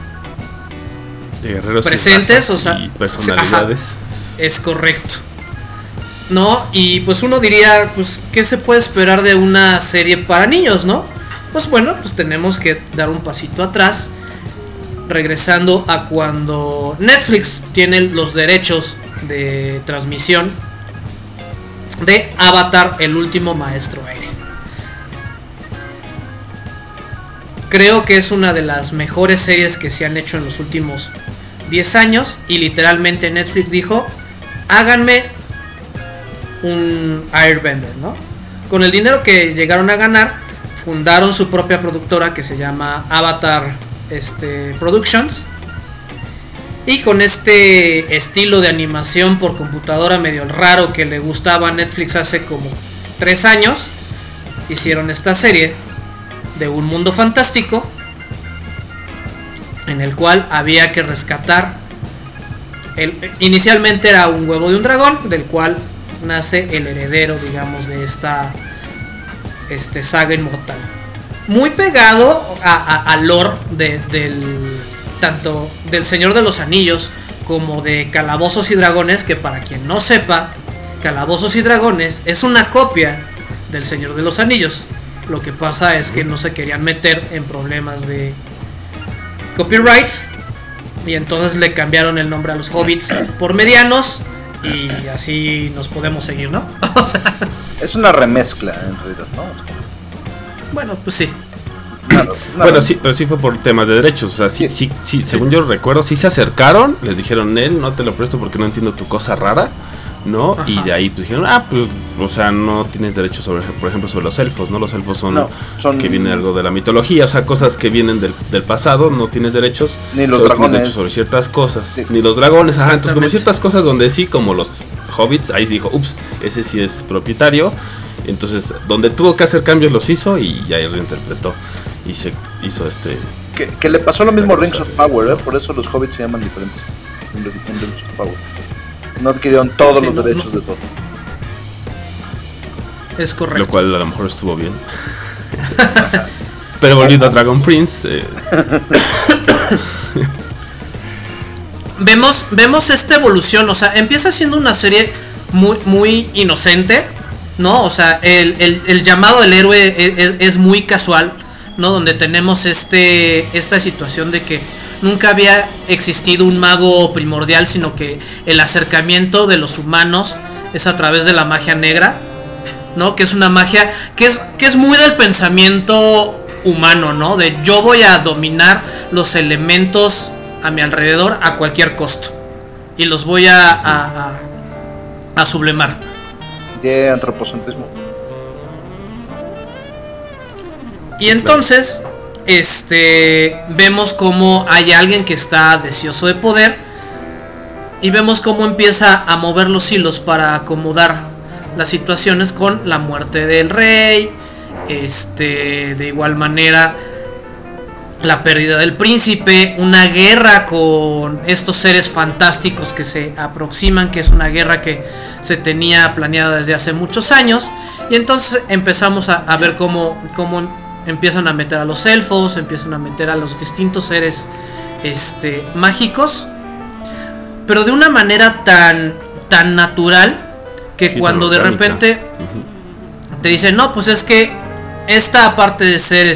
guerreros presentes, o sea, y personalidades. Ajá, es correcto, ¿no? Y pues uno diría, pues, ¿qué se puede esperar de una serie para niños, no? Pues bueno, pues tenemos que dar un pasito atrás, regresando a cuando Netflix tiene los derechos de transmisión de Avatar, el último maestro aire. Creo que es una de las mejores series que se han hecho en los últimos 10 años. Y literalmente Netflix dijo: háganme un Airbender, ¿no? Con el dinero que llegaron a ganar, fundaron su propia productora que se llama Avatar Productions. Y con este estilo de animación por computadora medio raro que le gustaba a Netflix hace como 3 años, hicieron esta serie de un mundo fantástico en el cual había que rescatar inicialmente era un huevo de un dragón, del cual nace el heredero, digamos, de esta saga inmortal. Muy pegado al lore tanto del Señor de los Anillos como de Calabozos y Dragones, que para quien no sepa, Calabozos y Dragones es una copia del Señor de los Anillos. Lo que pasa es que no se querían meter en problemas de copyright y entonces le cambiaron el nombre a los hobbits por medianos y así nos podemos seguir, ¿no? O sea, es una remezcla en realidad, ¿no? Bueno, pues sí. Bueno, sí, pero sí fue por temas de derechos. O sea, sí, según yo recuerdo, sí se acercaron, les dijeron, él no te lo presto porque no entiendo tu cosa rara, ¿no? Ajá. Y de ahí pues dijeron, pues, o sea, no tienes derechos sobre, por ejemplo, sobre los elfos, ¿no? Los elfos son que viene algo de la mitología, o sea, cosas que vienen del pasado, no tienes derechos. Ni los dragones. Derechos sobre ciertas cosas, sí. Ni los dragones, ajá. Entonces, como ciertas cosas donde sí, como los hobbits, ahí dijo, ese sí es propietario. Entonces, donde tuvo que hacer cambios los hizo y ya reinterpretó. Y se hizo Que le pasó lo mismo a Rings of Power, por eso los hobbits se llaman diferentes en Rings of Power. No adquirieron todos los derechos de todo. Es correcto. Lo cual a lo mejor estuvo bien. Pero volviendo a Dragon Prince, vemos esta evolución. O sea, empieza siendo una serie muy inocente, ¿no? O sea, el llamado del héroe es muy casual, ¿no? Donde tenemos esta situación de que nunca había existido un mago primordial, sino que el acercamiento de los humanos es a través de la magia negra, ¿no? Que es una magia que es muy del pensamiento humano, ¿no? De yo voy a dominar los elementos a mi alrededor a cualquier costo y los voy a sublimar. De antropocentrismo. Y entonces vemos cómo hay alguien que está deseoso de poder y vemos cómo empieza a mover los hilos para acomodar las situaciones con la muerte del rey, de igual manera la pérdida del príncipe, una guerra con estos seres fantásticos que se aproximan, que es una guerra que se tenía planeada desde hace muchos años. Y entonces empezamos a ver cómo empiezan a meter a los elfos, empiezan a meter a los distintos seres mágicos, pero de una manera tan natural que sí, cuando de repente te dicen, no, pues es que esta aparte de ser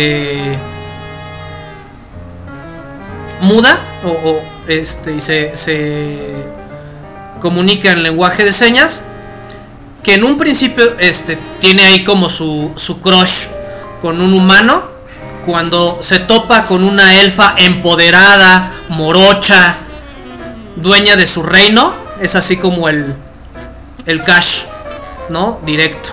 muda y se comunica en lenguaje de señas, que en un principio tiene ahí como su crush con un humano, cuando se topa con una elfa empoderada, morocha, dueña de su reino, es así como el cash, ¿no? Directo.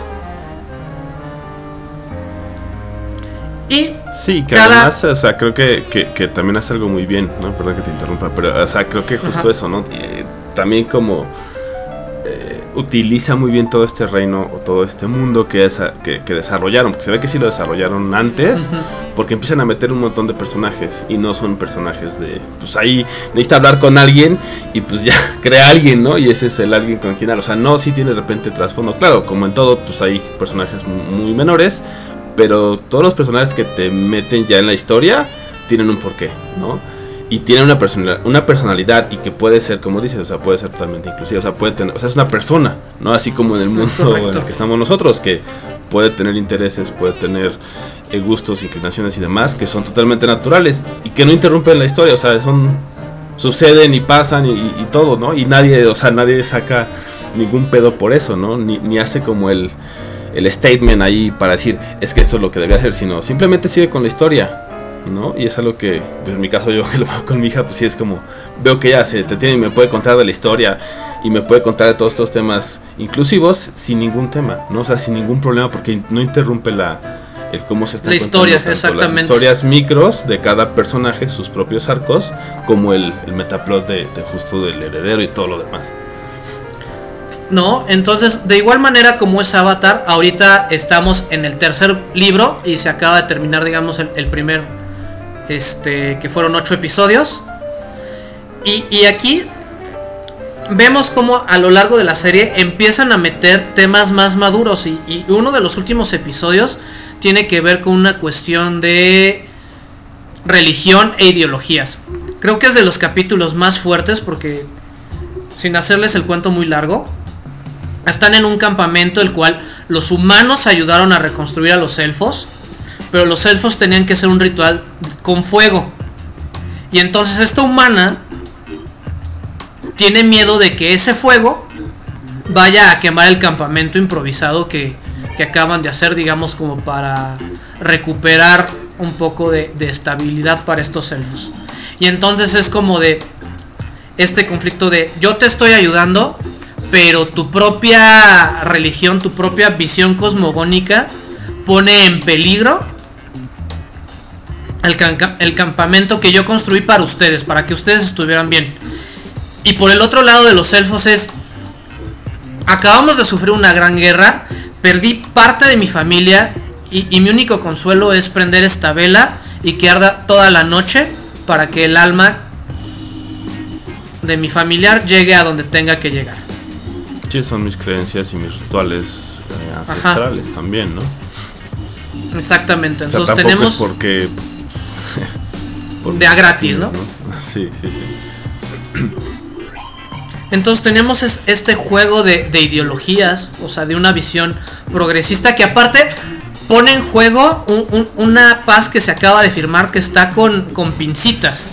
Y sí, que además, o sea, creo que también hace algo muy bien, ¿no? Perdón que te interrumpa, pero, o sea, creo que justo eso, ¿no? También como utiliza muy bien todo este reino o todo este mundo que desarrollaron, porque se ve que sí lo desarrollaron antes, porque empiezan a meter un montón de personajes y no son personajes de, pues ahí necesita hablar con alguien y pues ya crea alguien, ¿no? Y ese es el alguien con quien habla, o sea, no, sí tiene de repente trasfondo, claro, como en todo, pues hay personajes muy menores, pero todos los personajes que te meten ya en la historia tienen un porqué, ¿no? Y tiene una personalidad y que puede ser, como dices, o sea, puede ser totalmente inclusiva, o sea, puede tener, o sea, es una persona, ¿no? Así como en el mundo en el que estamos nosotros, que puede tener intereses, puede tener gustos, inclinaciones y demás, que son totalmente naturales y que no interrumpen la historia, o sea, suceden y pasan y todo, ¿no? Y nadie saca ningún pedo por eso, ¿no? Ni hace como el statement ahí para decir, es que esto es lo que debería hacer, sino simplemente sigue con la historia, ¿no? Y es algo que, pues en mi caso, yo que lo veo con mi hija, pues sí es como, veo que ella se entretiene y me puede contar de la historia y me puede contar de todos estos temas inclusivos sin ningún tema, ¿no? O sea, sin ningún problema, porque no interrumpe el cómo se está la historia, exactamente. Las historias micros de cada personaje, sus propios arcos, como el metaplot de justo del heredero y todo lo demás. No, entonces de igual manera como es Avatar, ahorita estamos en el tercer libro y se acaba de terminar, digamos, el primer, que fueron 8 episodios. Y aquí vemos como a lo largo de la serie empiezan a meter temas más maduros y uno de los últimos episodios tiene que ver con una cuestión de religión e ideologías. Creo que es de los capítulos más fuertes porque, sin hacerles el cuento muy largo, están en un campamento el cual los humanos ayudaron a reconstruir a los elfos, pero los elfos tenían que hacer un ritual con fuego. Y entonces esta humana tiene miedo de que ese fuego vaya a quemar el campamento improvisado que que acaban de hacer, digamos, como para recuperar un poco de estabilidad para estos elfos. Y entonces es como de este conflicto de yo te estoy ayudando, pero tu propia religión, tu propia visión cosmogónica pone en peligro el campamento que yo construí para ustedes, para que ustedes estuvieran bien. Y por el otro lado de los elfos es, acabamos de sufrir una gran guerra, perdí parte de mi familia y mi único consuelo es prender esta vela y que arda toda la noche para que el alma de mi familiar llegue a donde tenga que llegar. Sí, son mis creencias y mis rituales ancestrales. Ajá. También, ¿no? Exactamente, entonces o sea, tenemos... Es porque... de a gratis, ¿no? Sí. Entonces tenemos este juego de ideologías, o sea, de una visión progresista que aparte pone en juego una paz que se acaba de firmar que está con pincitas.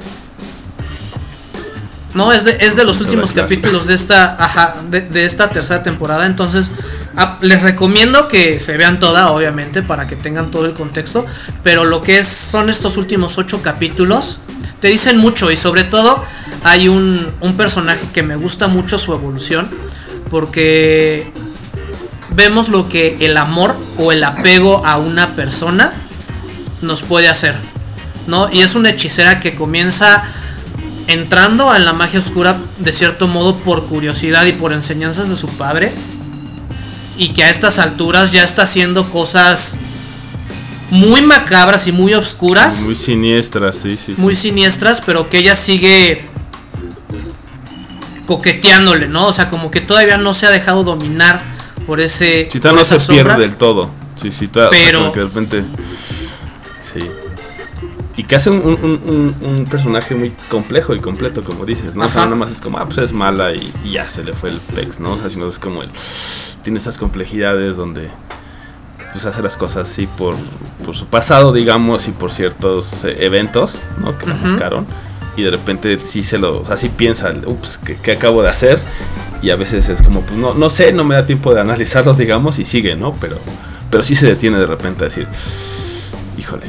No, es de los últimos capítulos de esta tercera temporada. Entonces les recomiendo que se vean toda, obviamente, para que tengan todo el contexto. Pero lo que son estos últimos 8 capítulos te dicen mucho. Y sobre todo hay un personaje que me gusta mucho su evolución, porque vemos lo que el amor o el apego a una persona nos puede hacer, ¿no? Y es una hechicera que comienza entrando en la magia oscura de cierto modo por curiosidad y por enseñanzas de su padre, y que a estas alturas ya está haciendo cosas muy macabras y muy oscuras, muy siniestras, sí. Muy siniestras, pero que ella sigue coqueteándole, ¿no? O sea, como que todavía no se ha dejado dominar por ese... Si tal no se sombra, pierde del todo. Sí, pero... O sea, que de repente... Sí. Y que hace un personaje muy complejo y completo, como dices, ¿no? O sea, nada más es como, pues es mala y ya se le fue el pex, ¿no? O sea, sino es como tiene estas complejidades donde pues hace las cosas así por su pasado, digamos, y por ciertos eventos, ¿no? Que lo marcaron. Y de repente sí sí piensa, ups, ¿qué acabo de hacer? Y a veces es como, pues no sé, no me da tiempo de analizarlo, digamos, y sigue, ¿no? Pero sí se detiene de repente a decir, híjole,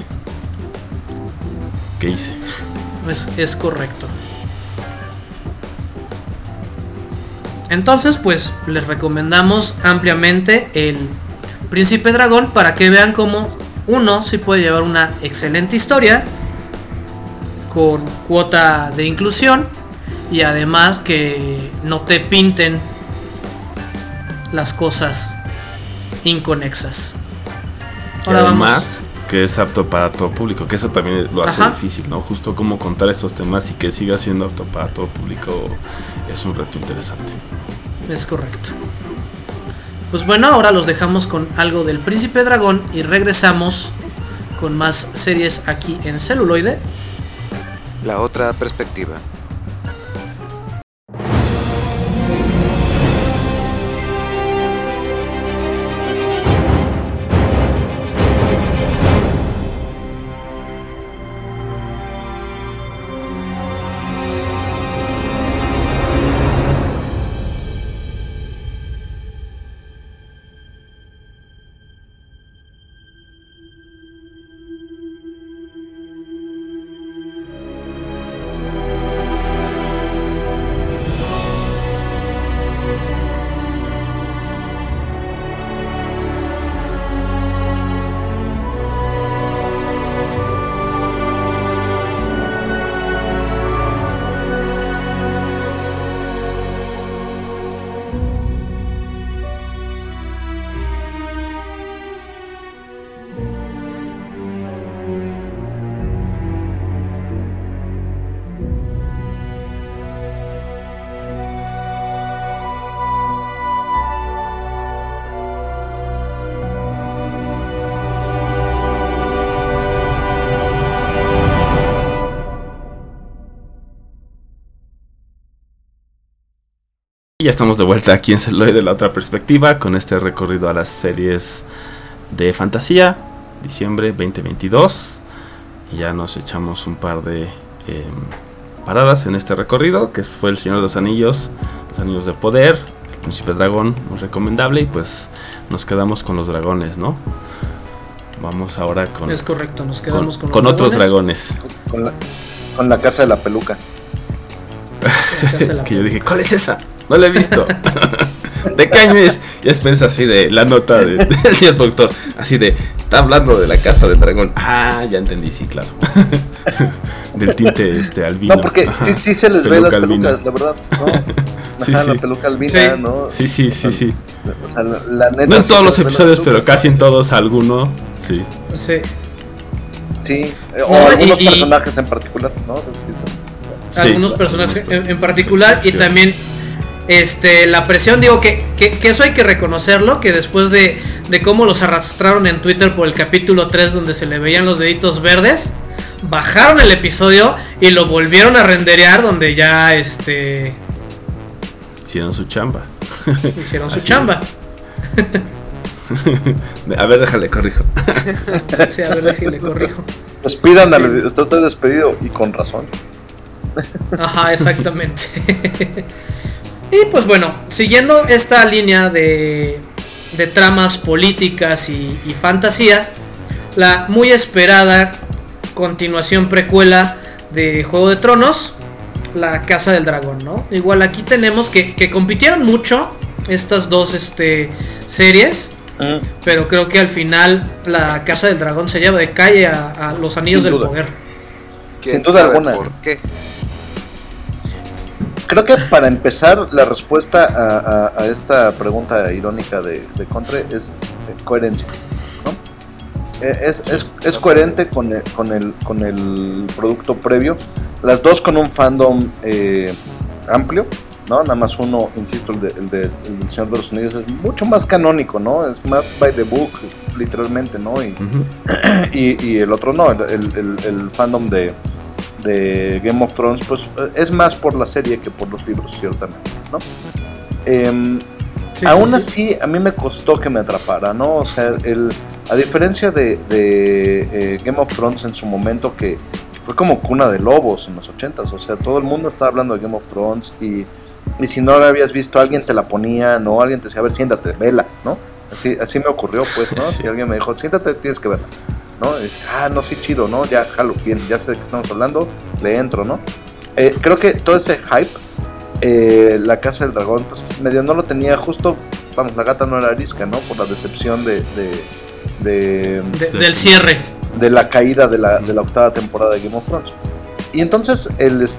¿qué hice? Es correcto. Entonces, pues, les recomendamos ampliamente el Príncipe Dragón para que vean cómo uno sí puede llevar una excelente historia con cuota de inclusión y además que no te pinten las cosas inconexas. Ahora además que es apto para todo público, que eso también lo hace difícil, ¿no? Justo cómo contar estos temas y que siga siendo apto para todo público es un reto interesante. Es correcto. Pues bueno, ahora los dejamos con algo del Príncipe Dragón y regresamos con más series aquí en Celuloide. La otra perspectiva. Y ya estamos de vuelta aquí en Celuloide, la otra perspectiva, con este recorrido a las series de fantasía, diciembre 2022. Y ya nos echamos un par de paradas en este recorrido, que fue El Señor de los Anillos, Los Anillos de Poder, El Príncipe Dragón, muy recomendable. Y pues nos quedamos con los dragones, ¿no? Vamos ahora con... Es correcto, nos quedamos con otros dragones. Con la casa de la peluca. Que yo dije, ¿cuál es esa? No la he visto. ¿De qué año es? Y después así de la nota del señor productor, así de, está hablando de la casa del dragón. Ah, ya entendí, sí, claro. Del tinte albino. No, porque sí se les ve las pelucas, la verdad, ¿no? Sí, la peluca albina, sí. ¿no? Sí. O sea, la neta, no en todos los episodios, pero casi en todos, alguno, sí. Sí, o algunos personajes en particular, ¿no? Algunos personajes en particular, y también la presión, digo que eso hay que reconocerlo, que después de cómo los arrastraron en Twitter por el capítulo 3 donde se le veían los deditos verdes, bajaron el episodio y lo volvieron a renderear donde ya hicieron su chamba. A ver, déjale, corrijo. Sí, a ver, déjale, corrijo. Despidan, está usted despedido, y con razón. Ajá, exactamente. Y pues bueno, siguiendo esta línea de tramas políticas y fantasías, la muy esperada continuación precuela de Juego de Tronos, La Casa del Dragón, ¿no? Igual aquí tenemos que compitieron mucho estas dos series, pero creo que al final La Casa del Dragón se lleva de calle a Los Anillos del Poder. Sin duda alguna. ¿Por qué? Creo que para empezar, la respuesta a esta pregunta irónica de Contre es coherencia, ¿no? Es coherente con el producto previo. Las dos con un fandom amplio, ¿no? Nada más uno, insisto, el de El Señor de los Anillos es mucho más canónico, ¿no? Es más by the book, literalmente, ¿no? Y el otro no, el fandom de Game of Thrones, pues es más por la serie que por los libros, ciertamente, ¿no? Aún así, a mí me costó que me atrapara, ¿no? O sea, a diferencia de Game of Thrones en su momento, que fue como cuna de lobos en los 80s, o sea, todo el mundo estaba hablando de Game of Thrones, y si no la habías visto, alguien te la ponía, ¿no? Alguien te decía, a ver, siéntate, vela, ¿no? Así me ocurrió, pues, ¿no? Si alguien me dijo, siéntate, tienes que verla, ¿no? No, sí, chido, ¿no? Ya jalo bien, ya sé de qué estamos hablando, le entro, ¿no? Creo que todo ese hype, La Casa del Dragón, pues medio no lo tenía, justo, vamos, la gata no era arisca, ¿no? Por la decepción del cierre, de la caída de la octava temporada de Game of Thrones. Y entonces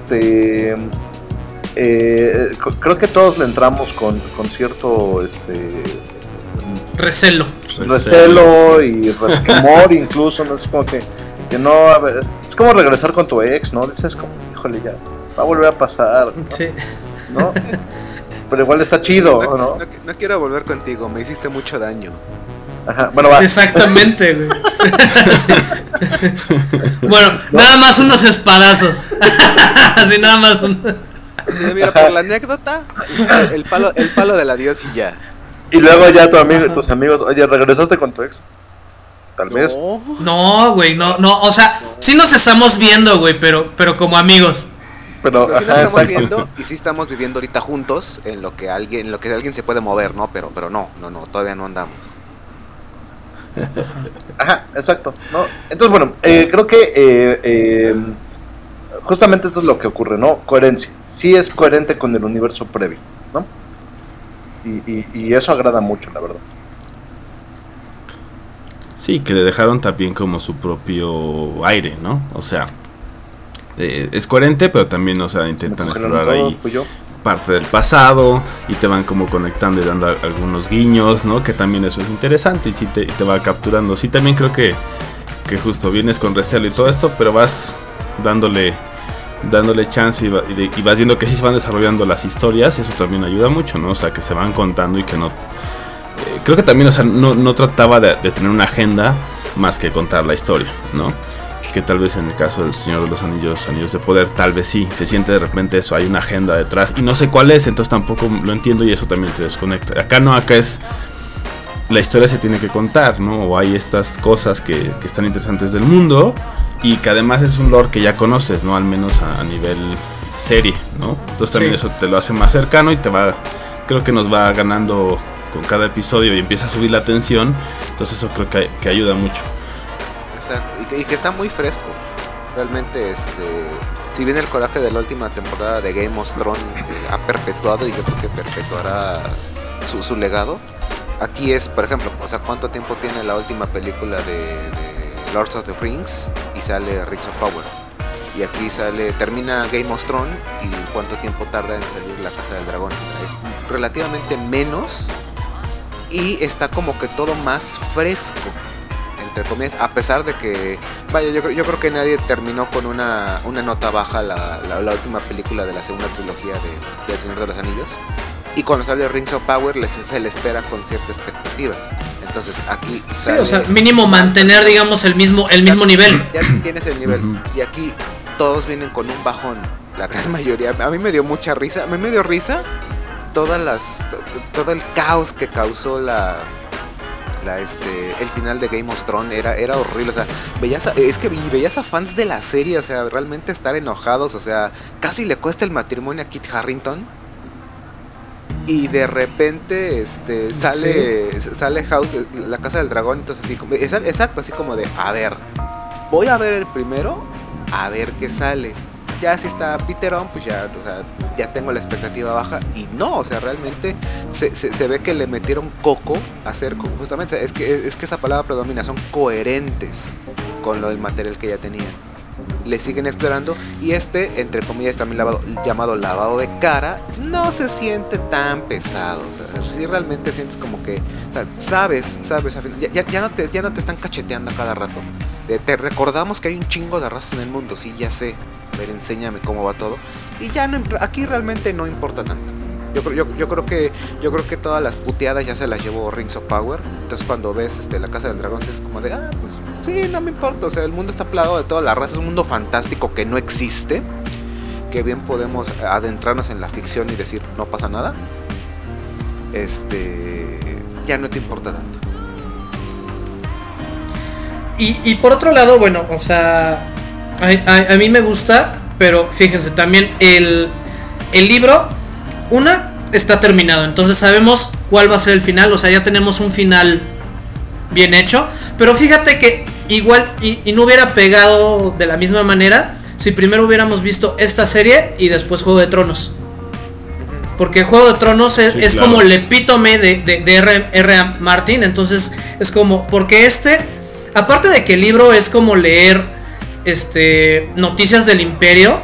creo que todos le entramos con cierto recelo y resquemor, incluso, ¿no? Es como que no, a ver, es como regresar con tu ex, ¿no? Dices como, híjole, ya va a volver a pasar, ¿no? Sí. ¿No? Pero igual está chido, ¿no? No quiero volver contigo, me hiciste mucho daño. Ajá, bueno, va. Exactamente, güey. Sí. Bueno, nada más unos espadazos. Así nada más. Mira, por la anécdota, el palo del adiós y ya. Y luego ya tus amigos, oye, ¿regresaste con tu ex? Tal vez. No, güey, no, o sea, sí nos estamos viendo, güey, pero como amigos. Pero, o sea, sí nos estamos viendo y sí estamos viviendo ahorita juntos en lo que alguien se puede mover, ¿no? Pero no, todavía no andamos. Ajá, exacto, ¿no? Entonces, bueno, creo que justamente esto es lo que ocurre, ¿no? Coherencia. Sí es coherente con el universo previo, ¿no? Y eso agrada mucho, la verdad. Sí, que le dejaron también como su propio aire, ¿no? O sea, es coherente, pero también, o sea, intentan explorar ahí parte del pasado y te van como conectando y dando algunos guiños, ¿no? Que también eso es interesante y sí te va capturando. Sí, también creo que justo vienes con recelo y todo esto, pero vas dándole chance y vas viendo que sí se van desarrollando las historias, y eso también ayuda mucho, ¿no? O sea, que se van contando y que no... creo que también, o sea, no trataba de tener una agenda más que contar la historia, ¿no? Que tal vez en el caso del Señor de los Anillos de Poder, tal vez sí, se siente de repente eso, hay una agenda detrás y no sé cuál es, entonces tampoco lo entiendo y eso también te desconecta. Acá es la historia se tiene que contar, ¿no? O hay estas cosas que están interesantes del mundo y que además es un lore que ya conoces, ¿no? Al menos a nivel serie, ¿no? Entonces también eso te lo hace más cercano y te creo que nos va ganando con cada episodio y empieza a subir la tensión. Entonces eso creo que ayuda mucho. Exacto, y que está muy fresco. Realmente, si bien el coraje de la última temporada de Game of Thrones ha perpetuado, y yo creo que perpetuará su legado, aquí es, por ejemplo, o sea, ¿cuánto tiempo tiene la última película de Lords of the Rings? Y sale Rings of Power. Y aquí termina Game of Thrones, y ¿cuánto tiempo tarda en salir La Casa del Dragón? O sea, es relativamente menos, y está como que todo más fresco, entre comillas, a pesar de que, vaya, yo creo que nadie terminó con una nota baja la última película de la segunda trilogía de El Señor de los Anillos, y cuando sale Rings of Power se le espera con cierta expectativa. Entonces aquí sale, sí, o sea, mínimo mantener, digamos, el mismo nivel. Ya tienes el nivel, y aquí todos vienen con un bajón, la gran mayoría. A mí me dio mucha risa, me dio risa todo el caos que causó el final de Game of Thrones. Era horrible, o sea, veías a fans de la serie, o sea, realmente estar enojados, o sea, casi le cuesta el matrimonio a Kit Harington, y de repente sale House, La Casa del Dragón, entonces así como, exacto, así como de, a ver, voy a ver el primero, a ver qué sale. Ya si está Peterón, pues ya, o sea, ya tengo la expectativa baja, y no, o sea, realmente se ve que le metieron coco a hacer, justamente, es que esa palabra predomina, son coherentes con el material que ya tenían. Le siguen explorando, y entre comillas también llamado lavado de cara, no se siente tan pesado. O sea, si realmente sientes como que, o sea, sabes, ya no te están cacheteando a cada rato. Te recordamos que hay un chingo de razas en el mundo, sí, ya sé. A ver, enséñame cómo va todo. Y ya no, aquí realmente no importa tanto. Yo creo que todas las puteadas ya se las llevó Rings of Power. Entonces cuando ves La Casa del Dragón es como de, pues sí, no me importa. O sea, el mundo está plagado de todas las razas, es un mundo fantástico que no existe, que bien podemos adentrarnos en la ficción y decir no pasa nada. Ya no te importa tanto. Y por otro lado, bueno, o sea, a mí me gusta, pero fíjense, también el libro, está terminado, entonces sabemos cuál va a ser el final, o sea, ya tenemos un final bien hecho, pero fíjate que igual y no hubiera pegado de la misma manera si primero hubiéramos visto esta serie y después Juego de Tronos. Porque Juego de Tronos es claro, como el epítome de R.R. Martin, entonces es como, porque aparte de que el libro es como leer noticias del Imperio,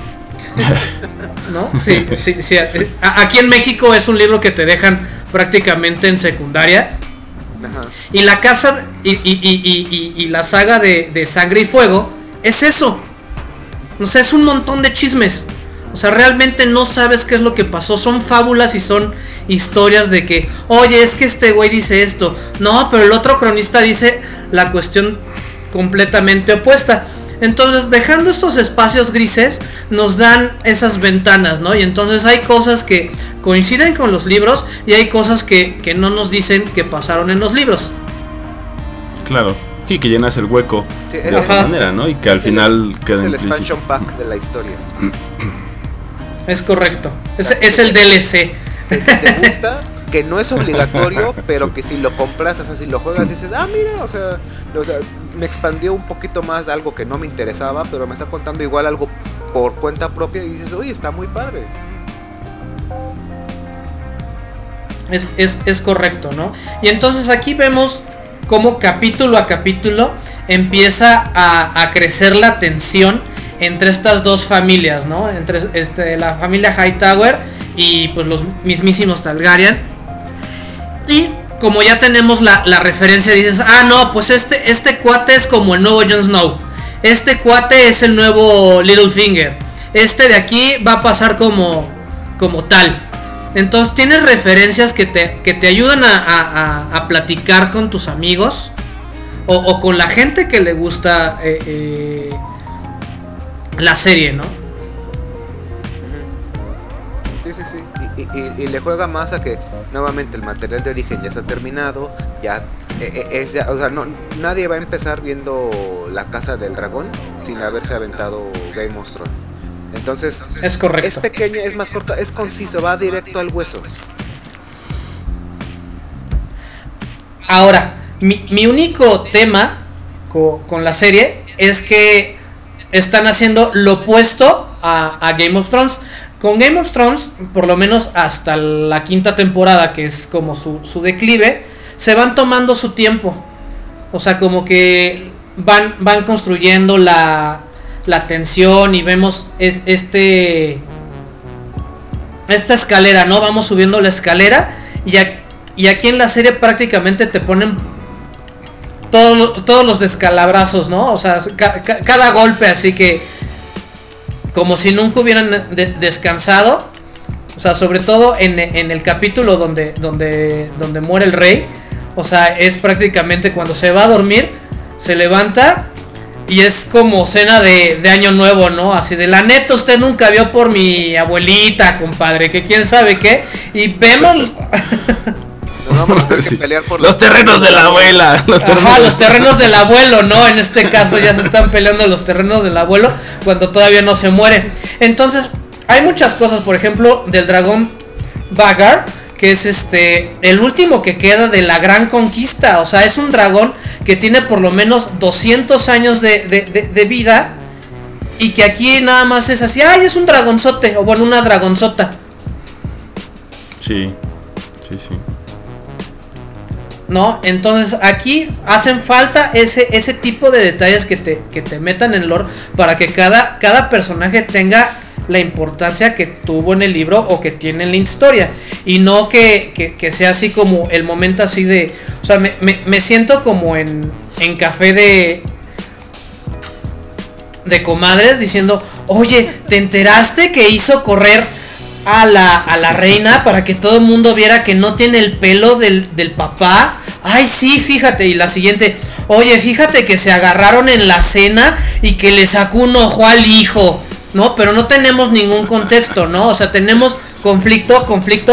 ¿no? Sí. Aquí en México es un libro que te dejan prácticamente en secundaria. Ajá. Y la casa y la saga de Sangre y Fuego es eso. O sea, es un montón de chismes. O sea, realmente no sabes qué es lo que pasó. Son fábulas y son historias de que, oye, es que este güey dice esto. No, pero el otro cronista dice la cuestión completamente opuesta. Entonces, dejando estos espacios grises, nos dan esas ventanas, ¿no? Y entonces hay cosas que coinciden con los libros y hay cosas que no nos dicen que pasaron en los libros. Claro, sí, que llenas el hueco de otra manera, ¿no? Y que al final queda es el expansion pack de la historia. Es correcto, es el DLC. ¿Te gusta? Que no es obligatorio, pero sí, que si lo compras, o sea, si lo juegas, dices, mira, o sea, me expandió un poquito más de algo que no me interesaba, pero me está contando igual algo por cuenta propia, y dices, oye, está muy padre. Es correcto, ¿no? Y entonces aquí vemos cómo capítulo a capítulo empieza a crecer la tensión entre estas dos familias, ¿no? Entre la familia Hightower y pues los mismísimos Targaryen. Y como ya tenemos la referencia, dices, no, pues este cuate es como el nuevo Jon Snow. Este cuate es el nuevo Littlefinger. De aquí va a pasar como tal. Entonces tienes referencias que te ayudan a platicar con tus amigos o con la gente que le gusta la serie, ¿no? Sí. Y le juega más a que nuevamente el material de origen ya está terminado, o sea, nadie va a empezar viendo La Casa del Dragón sin haberse aventado Game of Thrones. Entonces es correcto. Es pequeña, es más corta, es conciso, va directo al hueso. Ahora, mi único tema con la serie es que están haciendo lo opuesto a Game of Thrones. Con Game of Thrones, por lo menos hasta la 5ª temporada, que es como su declive, se van tomando su tiempo. O sea, como que van construyendo la tensión y vemos esta escalera, ¿no? Vamos subiendo la escalera y aquí en la serie prácticamente te ponen todos los descalabrazos, ¿no? O sea, cada golpe, así que como si nunca hubieran descansado. O sea, sobre todo en el capítulo donde muere el rey. O sea, es prácticamente cuando se va a dormir, se levanta y es como cena de año nuevo, ¿no? Así de, la neta, usted nunca vio por mi abuelita, compadre, que quién sabe qué. Y vemos... Nos vamos a tener que pelear por los terrenos de la abuela. Los terrenos del abuelo, ¿no? En este caso ya se están peleando los terrenos del abuelo cuando todavía no se muere. Entonces, hay muchas cosas, por ejemplo, del dragón Vhagar, que es el último que queda de la gran conquista. O sea, es un dragón que tiene por lo menos 200 años de vida. Y que aquí nada más es así, ¡ay, es un dragonzote! O bueno, una dragonzota. Sí. ¿No? Entonces aquí hacen falta ese tipo de detalles que te metan en lore para que cada personaje tenga la importancia que tuvo en el libro o que tiene en la historia, y no que sea así como el momento así de, o sea, me siento como en café de comadres diciendo, oye, ¿te enteraste que hizo correr a la reina para que todo el mundo viera que no tiene el pelo del papá? Ay, sí, fíjate. Y la siguiente, oye, fíjate que se agarraron en la cena y que le sacó un ojo al hijo, ¿no? Pero no tenemos ningún contexto, ¿no? O sea, tenemos conflicto.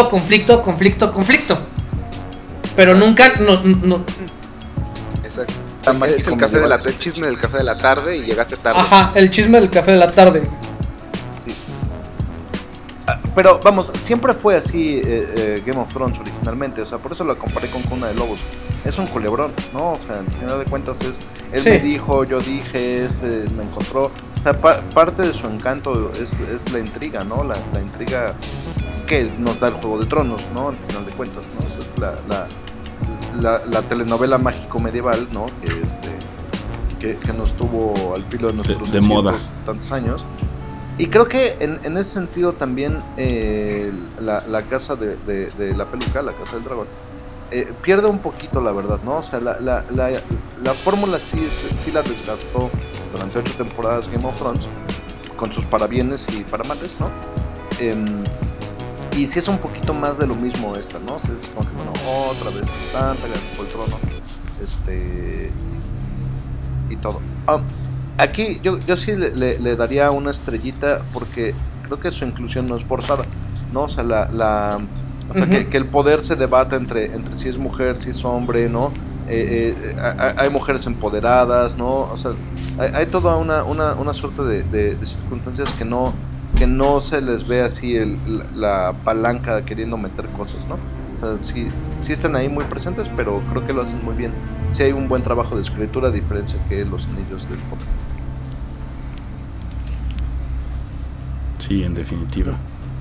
Pero nunca no. Exacto. Es el chisme del café de la tarde y llegaste tarde. Ajá, el chisme del café de la tarde. Sí. Pero vamos, siempre fue así Game of Thrones originalmente, o sea, por eso la comparé con Cuna de Lobos. Es un culebrón, ¿no? O sea, al final de cuentas él me dijo, yo dije, me encontró. O sea, parte de su encanto es la intriga, ¿no? La intriga que nos da el Juego de Tronos, ¿no? Al final de cuentas, ¿no? O sea, es la telenovela mágico medieval, ¿no? Que nos tuvo al filo de nuestros de moda tantos años. Y creo que en ese sentido también la casa de la peluca, la casa del dragón, pierde un poquito, la verdad, ¿no? O sea, la fórmula sí la desgastó durante 8 temporadas Game of Thrones, con sus parabienes y paramales, ¿no? Y sí es un poquito más de lo mismo esta, ¿no? O sea, es como que, bueno, otra vez están peleando por el trono, y todo. Aquí yo sí le daría una estrellita porque creo que su inclusión no es forzada, ¿no? O sea, o sea, que el poder se debata entre si es mujer, si es hombre, ¿no? Hay mujeres empoderadas, ¿no? O sea, hay toda una suerte de circunstancias que no se les ve así la palanca queriendo meter cosas, ¿no? O sea, sí están ahí muy presentes, pero creo que lo hacen muy bien. Sí hay un buen trabajo de escritura, a diferencia que Los Anillos del Poder. Sí, en definitiva.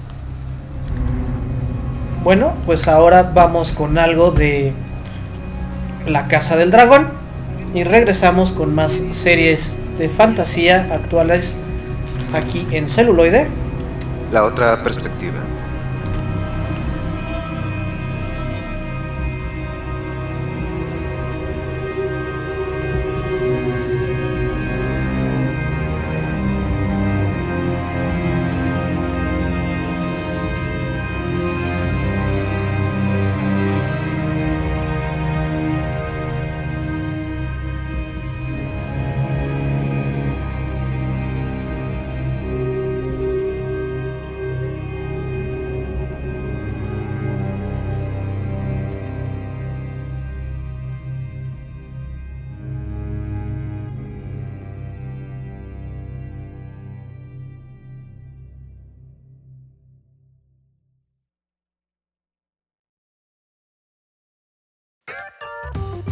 Bueno, pues ahora vamos con algo de La Casa del Dragón y regresamos con más series de fantasía actuales aquí en Celuloide. La otra perspectiva.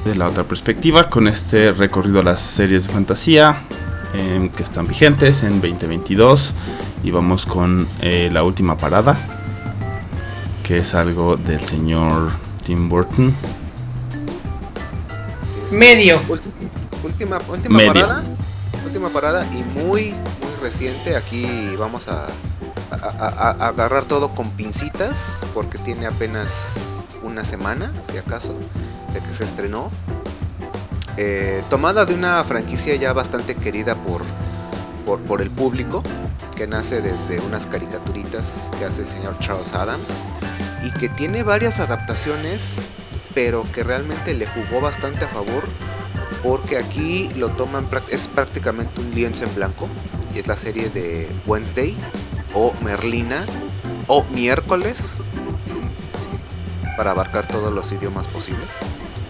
de la otra perspectiva, con este recorrido a las series de fantasía que están vigentes en 2022. Y vamos con la última parada, que es algo del señor Tim Burton. Medio. Última Medio. parada. Última parada y muy reciente. Aquí vamos a agarrar todo con pincitas porque tiene apenas una semana, si acaso, de que se estrenó. Tomada de una franquicia ya bastante querida por el público, que nace desde unas caricaturitas que hace el señor Charles Addams y que tiene varias adaptaciones, pero que realmente le jugó bastante a favor, porque aquí lo toman, es prácticamente un lienzo en blanco, y es la serie de Wednesday o Merlina o Miércoles, sí, para abarcar todos los idiomas posibles.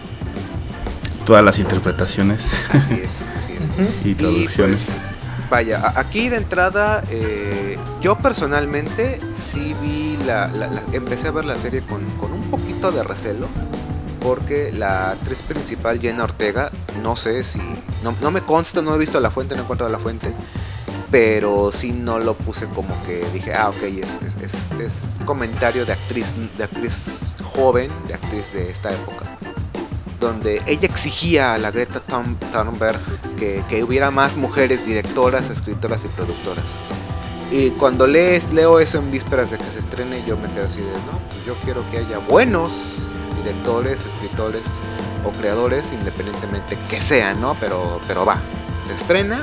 Todas las interpretaciones. Así es. Y traducciones. Y pues, vaya, aquí de entrada, yo personalmente sí vi empecé a ver la serie con un poquito de recelo, porque la actriz principal, Jenna Ortega, no sé si, no me consta, no he visto la fuente, no he encontrado la fuente, pero sí no lo puse como que dije, ok, es comentario de actriz joven, de actriz de esta época, donde ella exigía a la Greta Thunberg que hubiera más mujeres directoras, escritoras y productoras. Y cuando leo eso en vísperas de que se estrene, yo me quedo así de, no, pues yo quiero que haya buenos directores, escritores o creadores, independientemente que sean, ¿no? Pero va, se estrena.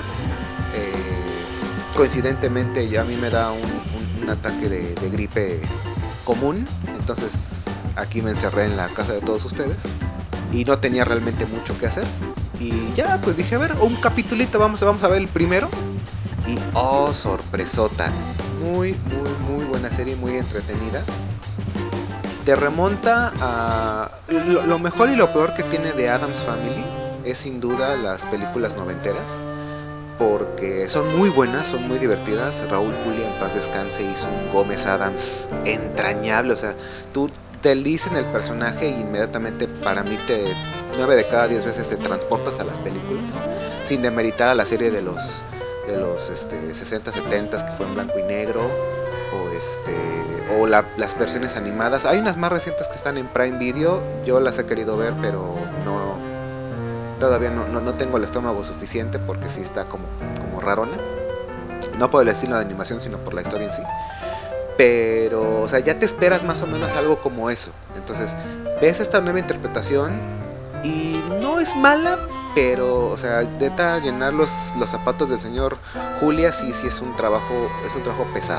Coincidentemente ya a mí me da un ataque de gripe común, entonces aquí me encerré en la casa de todos ustedes y no tenía realmente mucho que hacer, y ya pues dije, a ver, un capitulito, vamos a ver el primero, y oh, sorpresota, muy buena serie, muy entretenida. Te remonta a lo mejor y lo peor que tiene de Addams Family, es sin duda las películas noventeras, porque son muy buenas, son muy divertidas. Raúl Julia, en paz descanse, hizo un Gómez Addams entrañable, o sea, tú te lees en el personaje y inmediatamente, para mí, 9 de cada 10 veces te transportas a las películas, sin demeritar a la serie de los 60, 70 que fue en blanco y negro, o las versiones animadas. Hay unas más recientes que están en Prime Video, yo las he querido ver, pero todavía no tengo el estómago suficiente, porque sí está como rarona, no por el estilo de animación, sino por la historia en sí. Pero, o sea, ya te esperas más o menos algo como eso. Entonces, ves esta nueva interpretación y no es mala, pero, o sea, neta, llenar los zapatos del señor Julia sí es un trabajo pesado.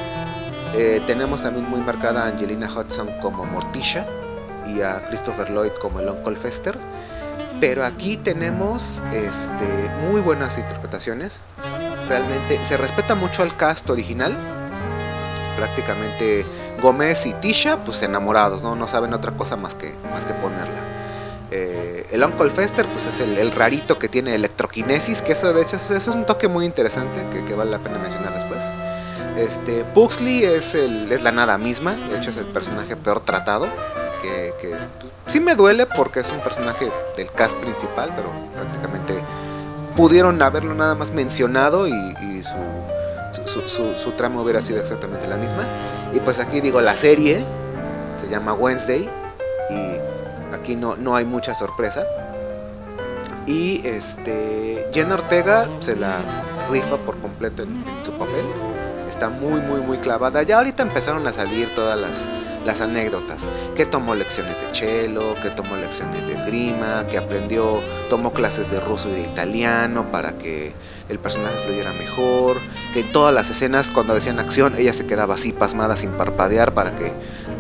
Tenemos también muy marcada a Angelina Hudson como Morticia y a Christopher Lloyd como el Uncle Fester. Pero aquí tenemos muy buenas interpretaciones. Realmente se respeta mucho al cast original. Prácticamente Gómez y Tisha, pues enamorados, no saben otra cosa más que ponerla. El Uncle Fester, pues es el rarito que tiene electroquinesis, que eso de hecho es un toque muy interesante que vale la pena mencionar después. Pugsley es la nada misma, de hecho es el personaje peor tratado, que sí me duele porque es un personaje del cast principal, pero prácticamente pudieron haberlo nada más mencionado y su trama hubiera sido exactamente la misma. Y pues aquí digo, la serie se llama Wednesday y aquí no hay mucha sorpresa. Y Jenna Ortega se la rifa por completo en su papel. Está muy clavada. Ya ahorita empezaron a salir todas las anécdotas, que tomó lecciones de cello, que tomó lecciones de esgrima, que tomó clases de ruso y de italiano para que el personaje fluyera mejor, que en todas las escenas cuando decían acción ella se quedaba así pasmada sin parpadear para que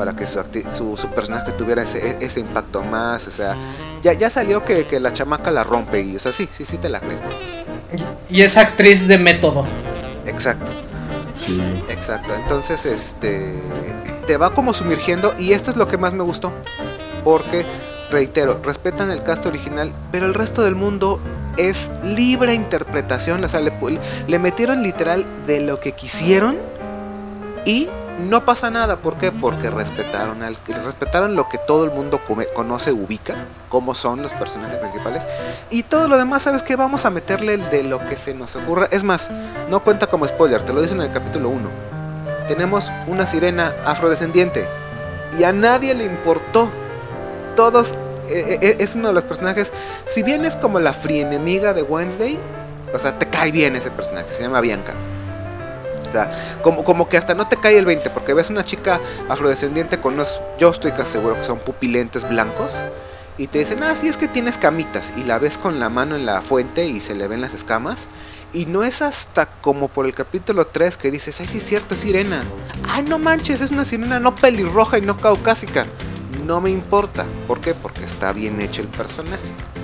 su personaje tuviera ese impacto más. O sea, ya salió que la chamaca la rompe y, o sea, sí te la crees, ¿no? Y es actriz de método. Exacto. Sí. Exacto, entonces te va como sumergiendo, y esto es lo que más me gustó, porque, reitero, respetan el cast original, pero el resto del mundo es libre interpretación. O sea, le metieron literal de lo que quisieron y no pasa nada. ¿Por qué? Porque respetaron lo que todo el mundo conoce, ubica, cómo son los personajes principales. Y todo lo demás, ¿sabes qué? Vamos a meterle de lo que se nos ocurra. Es más, no cuenta como spoiler, te lo dicen en el capítulo 1. Tenemos una sirena afrodescendiente y a nadie le importó. Todos, es uno de los personajes, si bien es como la frienemiga de Wednesday, o sea, te cae bien ese personaje, se llama Bianca. O sea, como que hasta no te cae el 20, porque ves una chica afrodescendiente con unos, yo estoy casi seguro que son pupilentes blancos, y te dicen, sí, es que tienes camitas, y la ves con la mano en la fuente y se le ven las escamas, y no es hasta como por el capítulo 3 que dices, ay, sí es cierto, es sirena. Ay, no manches, es una sirena no pelirroja y no caucásica. No me importa. ¿Por qué? Porque está bien hecho el personaje.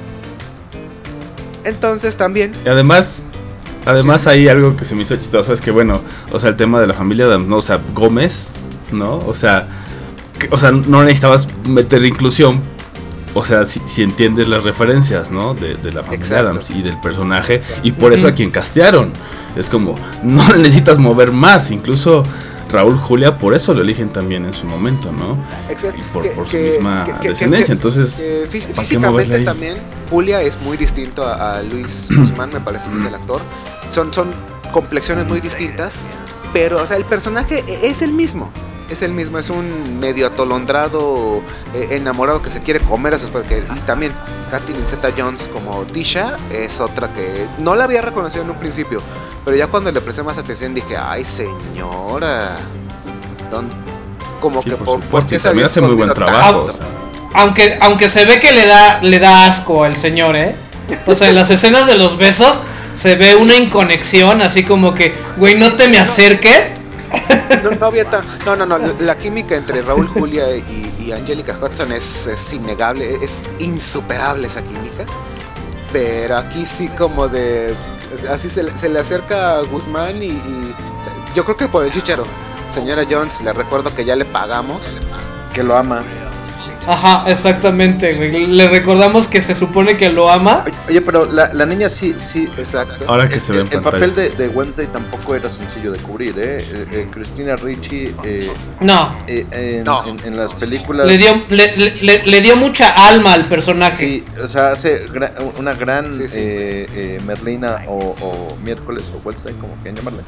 Entonces también... Y además sí, hay algo que se me hizo chistoso, es que bueno, o sea, el tema de la familia Adams, ¿no? O sea, Gómez, ¿no? O sea, no necesitabas meter inclusión, o sea, si entiendes las referencias, ¿no? De la familia Exacto. Adams y del personaje, Exacto. Y por eso a quien castearon. Es como, no necesitas mover más, incluso Raúl Julia, por eso lo eligen también en su momento, ¿no? Exacto. Y por su misma descendencia, entonces... físicamente también, Julia es muy distinto a Luis Guzmán, me parece que es el actor. Son complexiones muy distintas, pero, o sea, el personaje es el mismo. Es un medio atolondrado, enamorado que se quiere comer a sus padres. Y también Catherine Zeta-Jones como Tisha es otra que no la había reconocido en un principio, pero ya cuando le presté más atención dije, ay señora, como sí, que por qué también hace muy buen trabajo. Aunque se ve que le da asco al señor, o sea, en las escenas de los besos se ve una inconexión, así como que, güey, no te me acerques. No había no, la química entre Raúl Julia y Angelica Hudson es innegable, es insuperable esa química. Pero aquí sí como de... Así se le acerca a Guzmán y o sea, yo creo que por el chicharo. Señora Jones, le recuerdo que ya le pagamos. Que lo ama. Ajá, exactamente, güey. Le recordamos que se supone que lo ama. Oye, pero la niña sí. Exacto. Ahora que se ve en el pantalla. papel de Wednesday tampoco era sencillo de cubrir, Christina Ricci. No. En las películas. Le dio mucha alma al personaje. Sí, o sea, hace una gran Merlina o Miércoles o Wednesday, como quieran llamarle.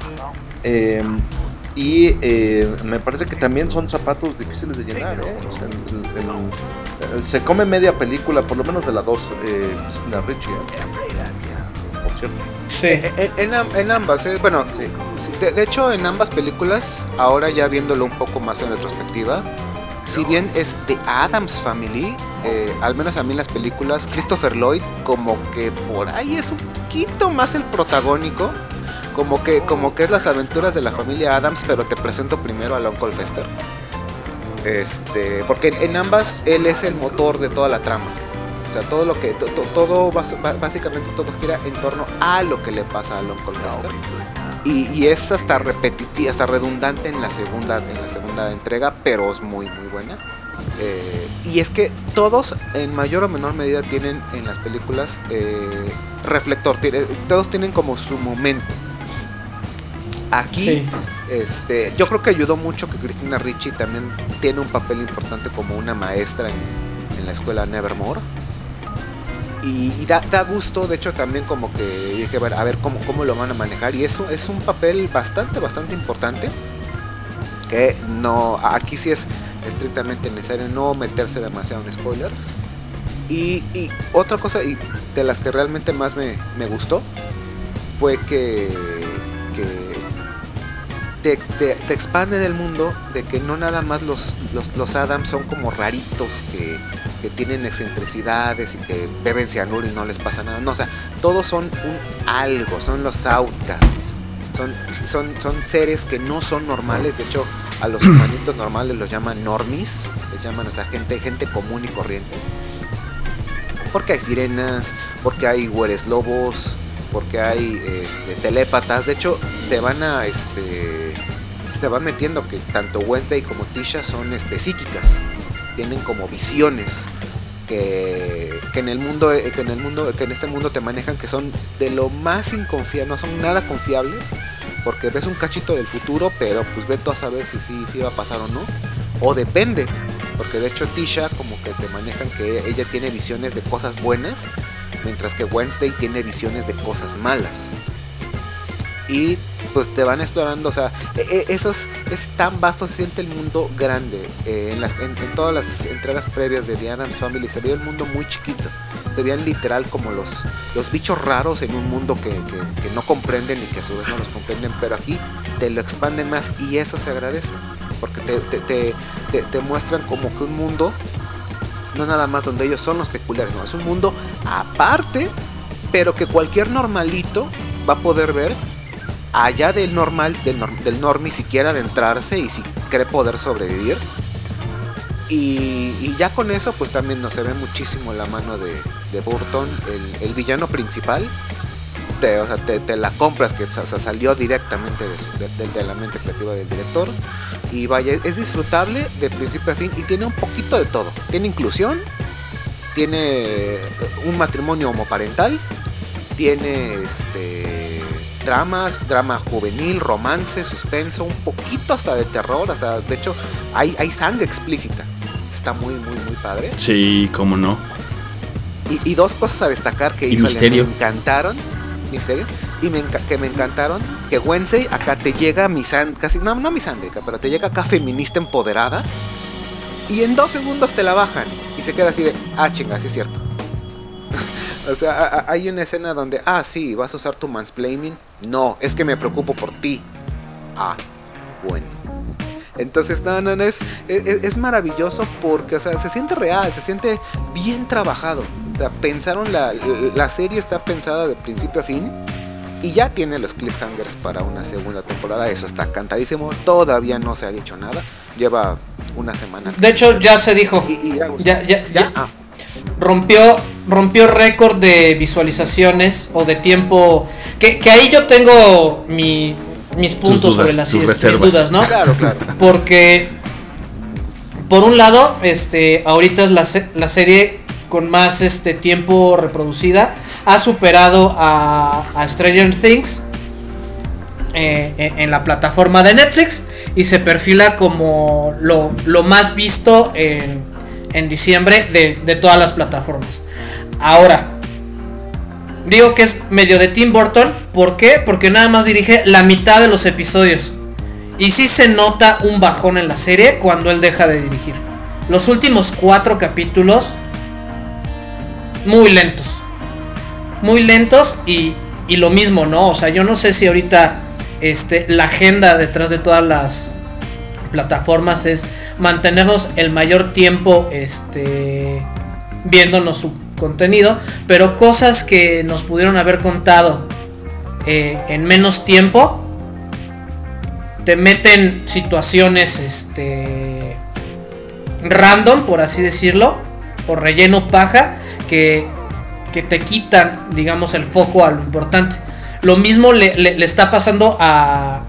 Y me parece que también son zapatos difíciles de llenar, O sea, se come media película, por lo menos de la 2, Christina Ricci, por cierto. Sí. En ambas, bueno, sí. De hecho en ambas películas, ahora ya viéndolo un poco más en retrospectiva, si bien es de Addams Family, al menos a mí en las películas, Christopher Lloyd como que por ahí es un poquito más el protagónico. Como que es las aventuras de la familia Addams, pero te presento primero al Uncle Fester. Porque en ambas él es el motor de toda la trama. O sea, todo lo que básicamente todo gira en torno a lo que le pasa al Uncle Fester. Y es hasta repetitiva, hasta redundante en la segunda entrega, pero es muy muy buena. Y es que todos en mayor o menor medida tienen en las películas reflector, todos tienen como su momento. Aquí, yo creo que ayudó mucho que Christina Ricci también tiene un papel importante como una maestra en la escuela Nevermore. Y da gusto, de hecho también como que dije, a ver cómo lo van a manejar. Y eso es un papel bastante importante. Que no, aquí sí es estrictamente necesario no meterse demasiado en spoilers. Y otra cosa, y de las que realmente más me gustó, fue que te expanden el mundo de que no nada más los Addams son como raritos que tienen excentricidades y que beben cianuro y no les pasa nada. No, o sea, todos son algo, son los outcasts. Son seres que no son normales. De hecho, a los humanitos normales los llaman normies, les llaman, o sea, gente común y corriente. Porque hay sirenas, porque hay güeres lobos, porque hay telépatas. De hecho, te van metiendo que tanto Wednesday como Tisha son psíquicas, tienen como visiones. que en el mundo, que en este mundo te manejan, que son de lo más inconfiables, no son nada confiables, porque ves un cachito del futuro, pero pues ve tú a saber si sí va a pasar o no, o depende, porque de hecho Tisha como que te manejan que ella tiene visiones de cosas buenas, mientras que Wednesday tiene visiones de cosas malas. Y pues te van explorando, o sea, eso es tan vasto, se siente el mundo grande. En todas las entregas previas de The Addams Family se veía el mundo muy chiquito, se veían literal como los bichos raros en un mundo que no comprenden y que a su vez no los comprenden, pero aquí te lo expanden más y eso se agradece, porque te muestran como que un mundo, no nada más donde ellos son los peculiares, no, es un mundo aparte, pero que cualquier normalito va a poder ver allá del normal, del normie, si quiere adentrarse y si cree poder sobrevivir. Y ya con eso pues también no se ve muchísimo la mano de Burton, el villano principal. Te la compras, que salió directamente de la mente creativa del director. Y vaya, es disfrutable de principio a fin y tiene un poquito de todo. Tiene inclusión, tiene un matrimonio homoparental, tiene drama juvenil, romance, suspenso, un poquito hasta de terror, hasta de hecho hay sangre explícita. Está muy padre. Sí, cómo no. Y dos cosas a destacar que misterio. Me encantaron. Misterio. Y que me encantaron. Que Wednesday acá te llega casi, no misándrica, pero te llega acá feminista empoderada. Y en 2 segundos te la bajan. Y se queda así de, chinga, sí es cierto. O sea, hay una escena donde, sí, vas a usar tu mansplaining. No, es que me preocupo por ti. Bueno. Entonces, no, es maravilloso porque, o sea, se siente real, se siente bien trabajado. O sea, pensaron, la serie está pensada de principio a fin y ya tiene los cliffhangers para una segunda temporada. Eso está cantadísimo, todavía no se ha dicho nada. Lleva una semana. De hecho, ya se dijo. Ya. Rompió récord de visualizaciones o de tiempo. Que ahí yo tengo mis puntos sobre las mis dudas, ¿no? Claro. Porque por un lado, ahorita es la serie con más tiempo reproducida. Ha superado a Stranger Things en la plataforma de Netflix y se perfila como lo más visto en diciembre de todas las plataformas. Ahora, digo que es medio de Tim Burton. ¿Por qué? Porque nada más dirige la mitad de los episodios. Y sí se nota un bajón en la serie cuando él deja de dirigir. Los últimos 4 capítulos, muy lentos. Muy lentos y lo mismo, ¿no? O sea, yo no sé si ahorita la agenda detrás de todas las plataformas es mantenernos el mayor tiempo viéndonos su contenido, pero cosas que nos pudieron haber contado en menos tiempo te meten situaciones random, por así decirlo, o relleno paja que te quitan, digamos, el foco a lo importante. Lo mismo le está pasando a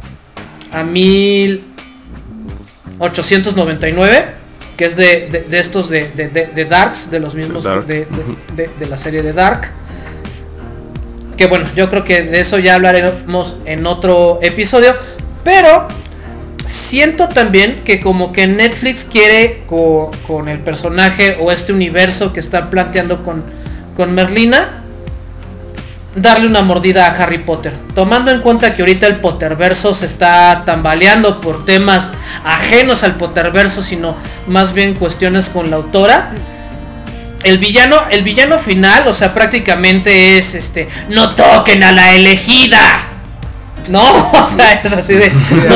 1899, que es de estos de Darks, de los mismos Dark. de la serie de Dark. Que bueno, yo creo que de eso ya hablaremos en otro episodio. Pero siento también que como que Netflix quiere con el personaje o universo que está planteando con Merlina, darle una mordida a Harry Potter, tomando en cuenta que ahorita el Potterverso se está tambaleando por temas ajenos al Potterverso, sino más bien cuestiones con la autora. El villano final, o sea, prácticamente es no toquen a la elegida. No, o sea, es así de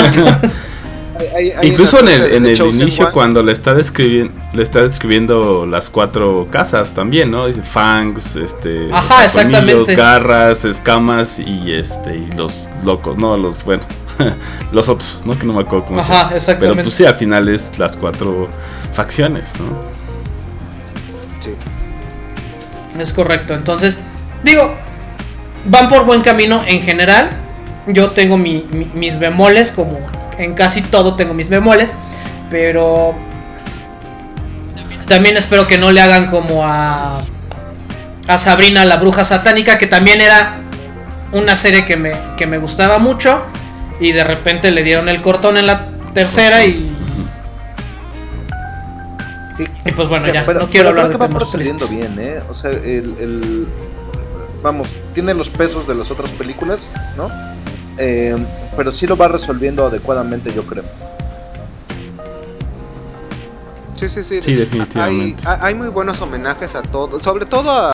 incluso en el inicio, cuando le está describiendo las 4 casas también, ¿no? Dice fangs, ajá, exactamente, garras, escamas y los locos, no, los los otros, ¿no? Que no me acuerdo cómo se llama. Ajá, exactamente. Pero pues sí, al final es las 4 facciones, ¿no? Sí. Es correcto. Entonces, digo, van por buen camino en general. Yo tengo mis bemoles, como en casi todo tengo mis bemoles, pero También espero que no le hagan como a Sabrina la bruja satánica, que también era una serie que me gustaba mucho, y de repente le dieron el cortón en la tercera y sí. Y pues bueno, ya, no quiero hablar de temas tristes. Bien, o sea, vamos, tiene los pesos de las otras películas, ¿no? Pero sí lo va resolviendo adecuadamente, yo creo. Sí. Sí, definitivamente. Hay muy buenos homenajes a todos, sobre todo